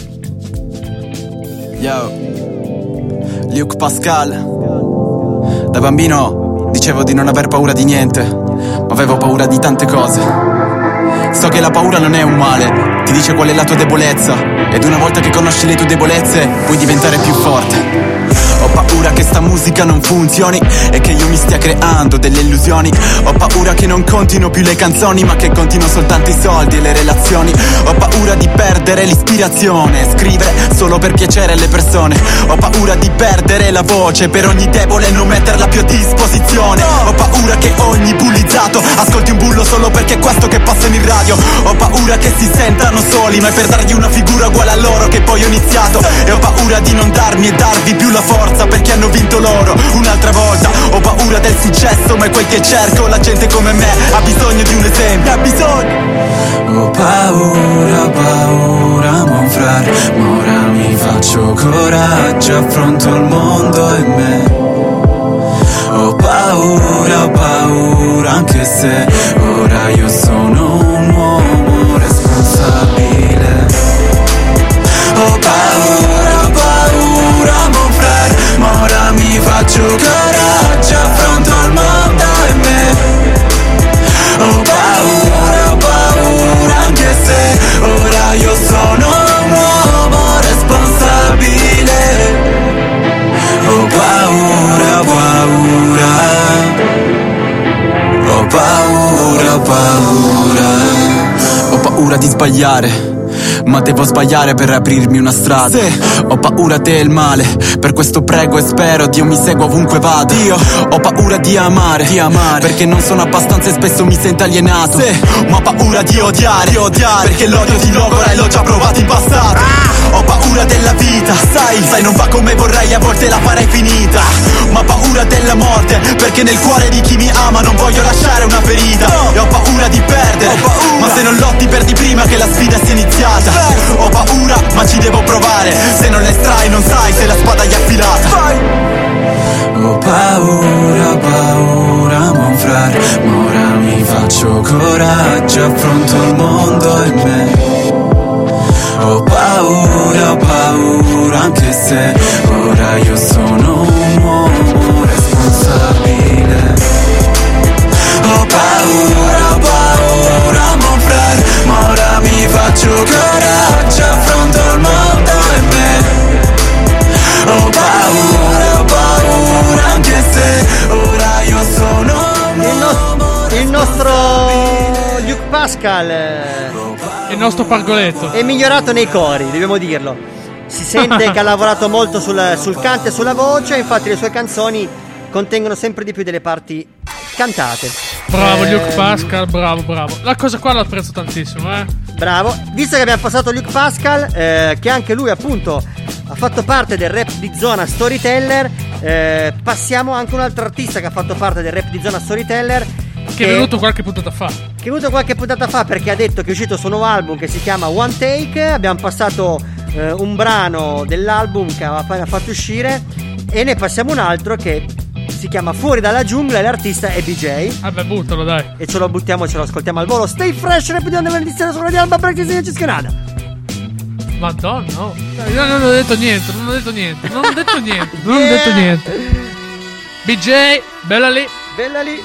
Yo, Luke Pascal. Da bambino dicevo di non aver paura di niente, ma avevo paura di tante cose. So che la paura non è un male, ti dice qual è la tua debolezza, ed una volta che conosci le tue debolezze puoi diventare più forte. Ho paura che sta musica non funzioni e che io mi stia creando delle illusioni. Ho paura che non contino più le canzoni, ma che contino soltanto i soldi e le relazioni. Ho paura di perdere l'ispirazione, scrivere solo per piacere alle persone. Ho paura di perdere la voce per ogni debole e non metterla più a disposizione. Ho paura che ogni bullizzato ascolti un bullo solo perché è questo che passa in radio. Ho paura che si sentano soli, ma è per dargli una figura uguale a loro che poi ho iniziato. E ho paura di non darmi e darvi più la forza perché hanno vinto loro un'altra volta. Ho paura del successo, ma è quel che cerco. La gente come me ha bisogno di un esempio, ha bisogno. Ho paura, ho paura, mon frère, ma ora mi faccio coraggio, affronto il mondo e me. Ho paura, ho paura, anche se ora io sono un uomo responsabile. Ho paura, ho paura, mon frère, ma ora mi faccio coraggio, affronto il mondo e me. Ho paura, ho paura, anche se ora io sono un uomo responsabile. Ho paura, ho paura, ho paura, ho paura. Ho paura di sbagliare, ma devo sbagliare per aprirmi una strada. Sì. Ho paura del male, per questo prego e spero Dio mi segua ovunque vado. Io ho paura di amare, di amare, perché non sono abbastanza e spesso mi sento alienato. Sì. Ma ho paura di odiare, di odiare, perché l'odio ti logora e l'ho già provato in passato. Ah. Ho paura della vita, sai, sai non va come vorrei, a volte la farei finita. Ma ho paura della morte, perché nel cuore di chi mi ama non voglio lasciare una ferita. No. E ho paura di perdere, ho paura. Ma se non lotti perdi prima che la sfida sia iniziata. Ho paura, ma ci devo provare. Se non l'estrai non sai se la spada gli è affilata. Vai. Ho paura, ho paura, mon frère, ma ora mi faccio coraggio, affronto il mondo e me. Ho paura, ho paura, anche se ora io sono un uomo responsabile. Ho paura, ho paura, mon frère, ma ora mi faccio coraggio, affronto il mondo e me. Ho paura, ho paura, anche se ora io sono un il, no- il nostro Luke Pascal, il nostro Pargoletto, è migliorato nei cori, dobbiamo dirlo. Si sente che ha lavorato molto sul, sul canto e sulla voce, infatti le sue canzoni contengono sempre di più delle parti cantate. Bravo eh, Luke Pascal, bravo, bravo. La cosa qua l'apprezzo tantissimo, eh. Bravo. Visto che abbiamo passato Luke Pascal, eh, che anche lui appunto ha fatto parte del rap di zona Storyteller, eh, passiamo anche un altro artista che ha fatto parte del rap di zona Storyteller, che, che è venuto qualche puntata fa. Che è venuto qualche puntata fa perché ha detto che è uscito il suo nuovo album che si chiama One Take. Abbiamo passato eh, un brano dell'album che aveva appena fatto uscire e ne passiamo un altro che si chiama Fuori dalla giungla e l'artista è B J. Vabbè, buttalo dai. E ce lo buttiamo e ce lo ascoltiamo al volo. Stay fresh, rap di onda venerdì sera sulla di Alba Break, non ci scherada. Madonna, no. Io non ho detto niente, non ho detto niente, non ho detto niente, non yeah. ho detto niente. B J, bella lì. Bella lì.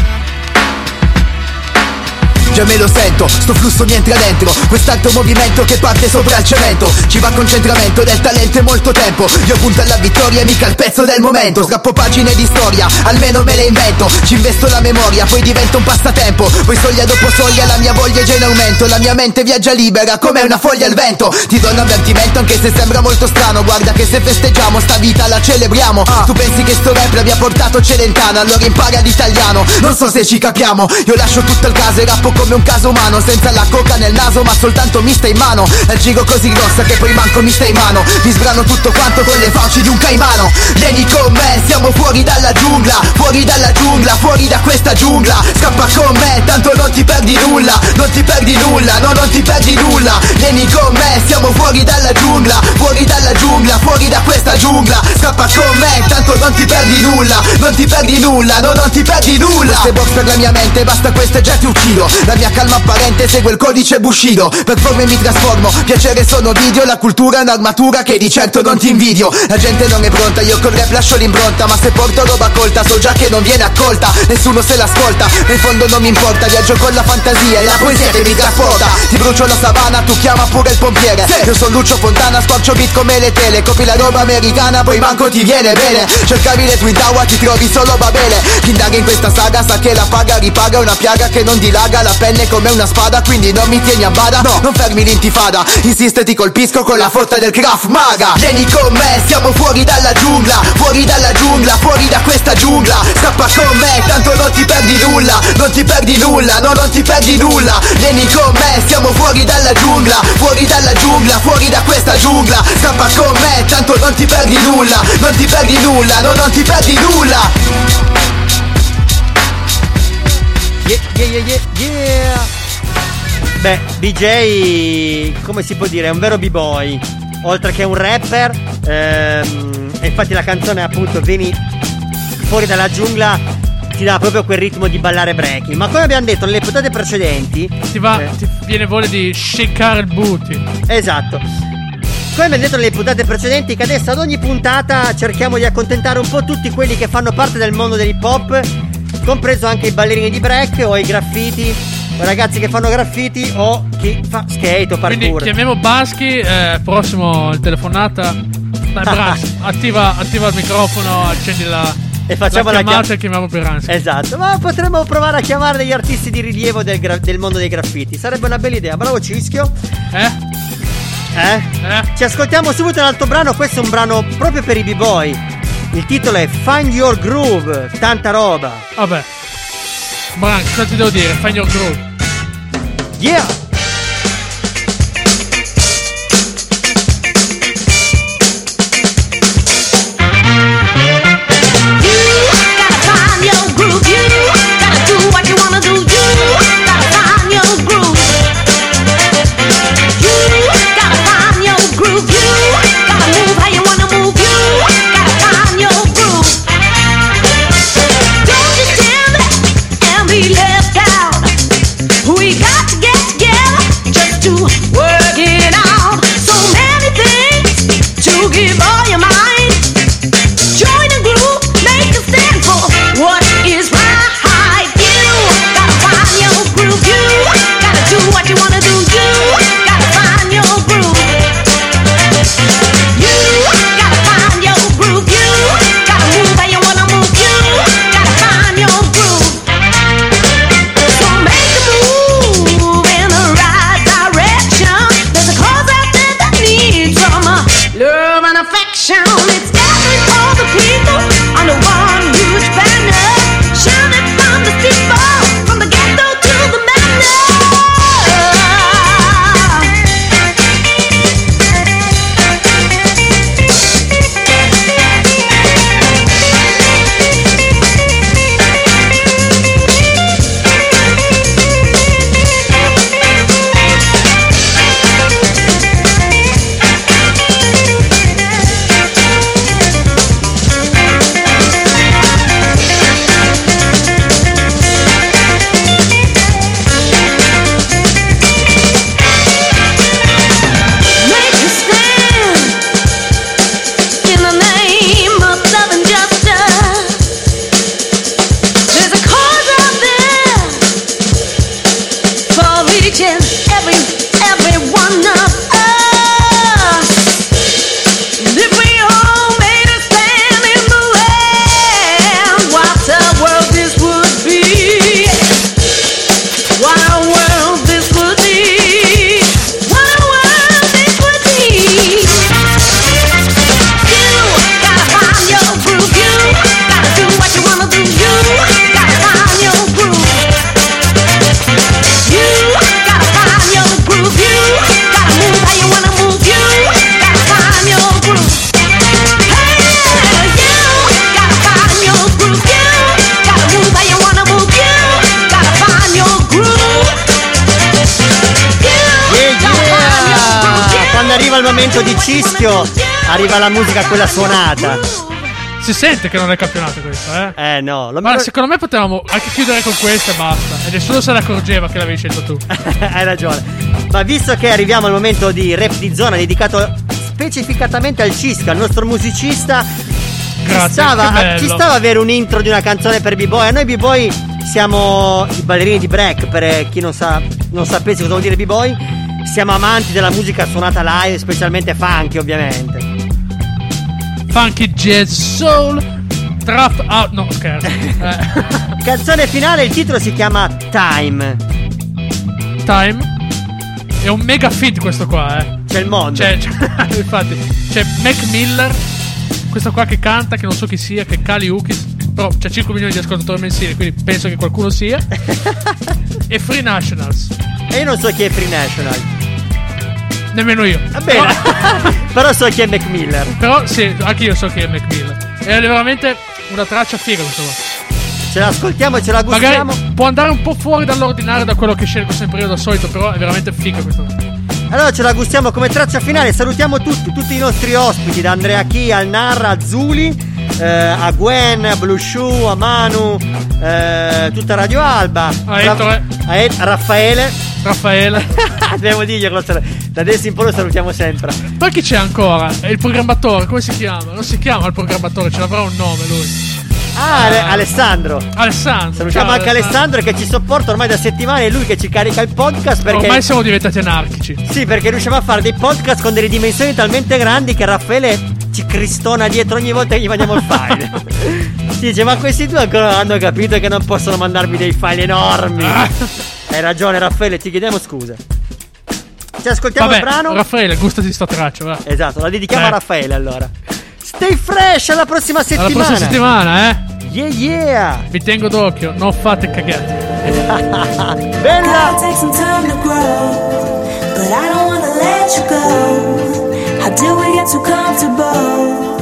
Già me lo sento, sto flusso mi entra dentro, quest'altro movimento che parte sopra il cemento. Ci va concentramento del talento e molto tempo. Io punto alla vittoria e mica al pezzo del momento. Scappo pagine di storia, almeno me le invento. Ci investo la memoria, poi diventa un passatempo. Poi soglia dopo soglia la mia voglia è già in aumento. La mia mente viaggia libera come una foglia al vento. Ti do un avvertimento anche se sembra molto strano. Guarda che se festeggiamo sta vita la celebriamo. ah. Tu pensi che sto rap l'abbia portato Celentano, allora impara l'italiano. Non so se ci capiamo, io lascio tutto il caso e rappo come come un caso umano, senza la coca nel naso ma soltanto mista in mano. La giro così grossa che poi manco mi sta in mano. Mi sbrano tutto quanto con le fauci di un caimano. Vieni con me, siamo fuori dalla giungla, fuori dalla giungla, fuori da questa giungla. Scappa con me, tanto non ti perdi nulla, non ti perdi nulla, no non ti perdi nulla. Vieni con me, siamo fuori dalla giungla, fuori dalla giungla, fuori da questa giungla. Scappa con me, tanto non ti perdi nulla, non ti perdi nulla, no non ti perdi nulla. Queste box per la mia mente, basta queste già ti uccido. La mia calma apparente segue il codice Bushido. Per forme mi trasformo, piacere sono video. La cultura è un'armatura che di certo non ti invidio. La gente non è pronta, io col rap lascio l'impronta. Ma se porto roba colta, so già che non viene accolta. Nessuno se l'ascolta, nel fondo non mi importa. Viaggio con la fantasia e la poesia che mi trasporta. Ti brucio la savana, tu chiama pure il pompiere. Io son Lucio Fontana, squarcio beat come le tele. Copi la roba americana, poi manco ti viene bene. Cercavi le Twin Tower, ti trovi solo Babele. Chi indaga in questa saga sa che la paga ripaga. Una piaga che non dilaga, la penna è come una spada. Quindi non mi tieni a bada, no, non fermi l'intifada. Insiste, ti colpisco con la forza del Krav Maga. Vieni con me, siamo fuori dalla giungla, fuori dalla giungla, fuori da questa giungla. Scappa con me, tanto non ti perdi nulla, non ti perdi nulla, no non ti perdi nulla. Vieni con me, siamo fuori dalla giungla, fuori dalla giungla, fuori da questa giungla. Scappa con me, tanto non ti perdi nulla, non ti perdi nulla, no non ti perdi nulla. Yeah, yeah, yeah, yeah. Beh, B J, come si può dire, è un vero b-boy, oltre che un rapper. Ehm, e infatti la canzone appunto Vieni fuori dalla giungla ti dà proprio quel ritmo di ballare breaking. Ma come abbiamo detto nelle puntate precedenti, Ti va, eh, ti viene voglia di shakeare il booty. esatto. Come abbiamo detto nelle puntate precedenti, che adesso ad ogni puntata cerchiamo di accontentare un po' tutti quelli che fanno parte del mondo dell'hip hop, compreso anche i ballerini di break o i graffiti, o i ragazzi che fanno graffiti o chi fa skate o Quindi parkour. chiamiamo Baschi, eh, prossimo il telefonata. Dai Brax, attiva, attiva il microfono, accendi la, E facciamo la la chiamata chia- e chiamiamo Piransky. Esatto, ma potremmo provare a chiamare degli artisti di rilievo del, gra- del mondo dei graffiti. Sarebbe una bella idea. Bravo Cischio. Eh? Eh? Eh? Ci ascoltiamo subito un altro brano. Questo è un brano proprio per i b-boy. Il titolo è Find Your Groove. Tanta roba. Vabbè. Branch, cosa ti devo dire? Find your groove. Yeah. Give all your mind, join the group, make a stand for what is right. You gotta find your groove, you gotta do what you wanna do, you gotta find your groove. You gotta find your groove, you gotta move how you wanna move, you gotta find your groove. So make a move in the right direction. There's a cause out there that needs some love and affection. It's gathering all the people under one huge banner, shouting from the steeple, from the ghetto to the momento di Cischio arriva la musica quella suonata. Si sente che non è campionato questo, eh? Eh no, lo Ma mi- secondo me potevamo anche chiudere con questo e basta. E nessuno se ne accorgeva che l'avevi scelto tu. Hai ragione. Ma visto che arriviamo al momento di rap di zona dedicato specificatamente al Cischio, al nostro musicista, Grazie, ci stava, che bello. ci stava avere un intro di una canzone per B-Boy. A noi B-Boy siamo i ballerini di break, per chi non sa, non sapesse cosa vuol dire B-Boy. Siamo amanti della musica suonata live, specialmente funky, ovviamente. Funky, jazz, soul, trap out. No, scherzo. Eh. Canzone finale, il titolo si chiama Time. Time. È un mega feat questo qua, eh. C'è il mondo. C'è, c'è, infatti, c'è Mac Miller, questo qua che canta, che non so chi sia, che è Kali Uchis. Però c'è cinque milioni di ascoltatori mensili, quindi penso che qualcuno sia. E Free Nationals. E io non so chi è Free National. Nemmeno io. Va bene. Però... però so chi è Mac Miller. Però sì, anche io so chi è Mac Miller. È veramente una traccia figa questo qua. Ce l'ascoltiamo e ce la gustiamo. Magari può andare un po' fuori dall'ordinario, da quello che scelgo sempre io da solito, però è veramente figa questo qua. Allora ce la gustiamo come traccia finale. Salutiamo tutti, tutti i nostri ospiti, da Andrea Chi al Narra, a Zuli, eh, a Gwen, a Blue Shoe, a Manu, eh, tutta Radio Alba, a Ettore, a, e- a Raffaele. Raffaele. Devo dirglielo, da adesso in poi lo salutiamo sempre. Poi chi c'è ancora? È il programmatore, come si chiama? Non si chiama il programmatore, ce l'avrà un nome lui. Ah, uh, Alessandro. Alessandro. Salutiamo ciao, anche Alessandro. Alessandro che ci sopporta ormai da settimane. È lui che ci carica il podcast perché ormai siamo diventati anarchici. Sì, perché riusciamo a fare dei podcast con delle dimensioni talmente grandi che Raffaele ci cristona dietro ogni volta che gli mandiamo il file. Si dice, ma questi due ancora non hanno capito che non possono mandarmi dei file enormi. Ah. Hai ragione Raffaele, ti chiediamo scusa. Ci ascoltiamo Vabbè, il brano. Raffaele, gustati sta traccia, va. Esatto, la dedichiamo eh. a Raffaele allora. Stay fresh, alla prossima settimana. Alla prossima settimana, eh. Yeah, yeah. Vi tengo d'occhio, non fate cagate. Bella. Take some time to grow, but I don't wanna let you go. How did we get too comfortable?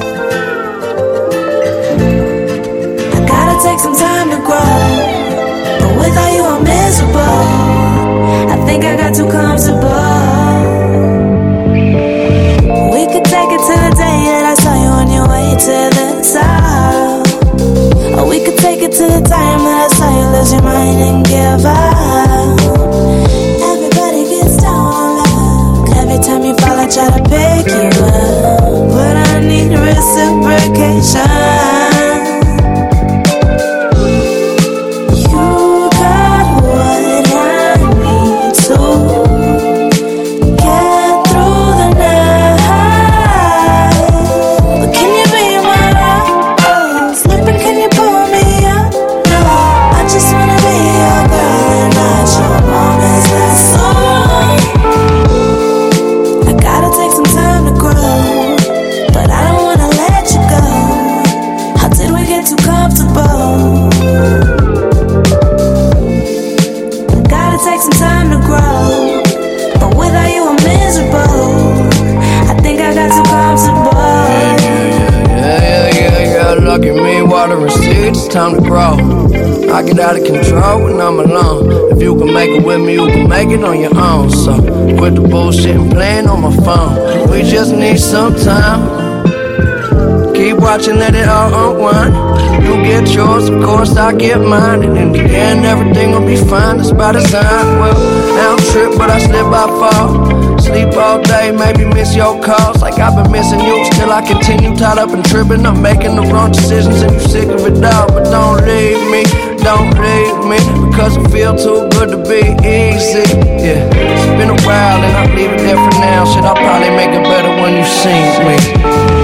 I gotta take some time to grow, but without you I'm miserable. I think I got too comfortable. We could take it to the day that I saw you on your way to the top. Or we could take it to the time that I saw you lose your mind and give up. Everybody gets down on luck. Every time you fall I try to pick you up, but I need reciprocation. You got what I need to get through the night. But can you be my love? Slipping, can you pull me up? No, I just wanna be your girl and not your woman's last song. I gotta take some time to grow, but I don't wanna let you go. How did we get too comfortable? I gotta take some time to grow, but without you I'm miserable. I think I got too comfortable. Yeah, yeah, yeah, yeah, look at me, watering seeds, it's time to grow. I get out of control when I'm alone. If you can make it with me, you can make it on your own. So, quit the bullshit and playing on my phone. We just need some time. Keep watching, let it all unwind. You get yours, of course I get mine. And in the end, everything will be fine, that's by design. Well, I don't trip, but I slip, I fall. Sleep all day, maybe miss your calls. Like I've been missing you, still I continue tied up and tripping. I'm making the wrong decisions and you sick of it all. But don't leave me, don't leave me, because it feel too good to be easy. Yeah, it's been a while and I'll leave it there for now. Shit, I'll probably make it better when you see me.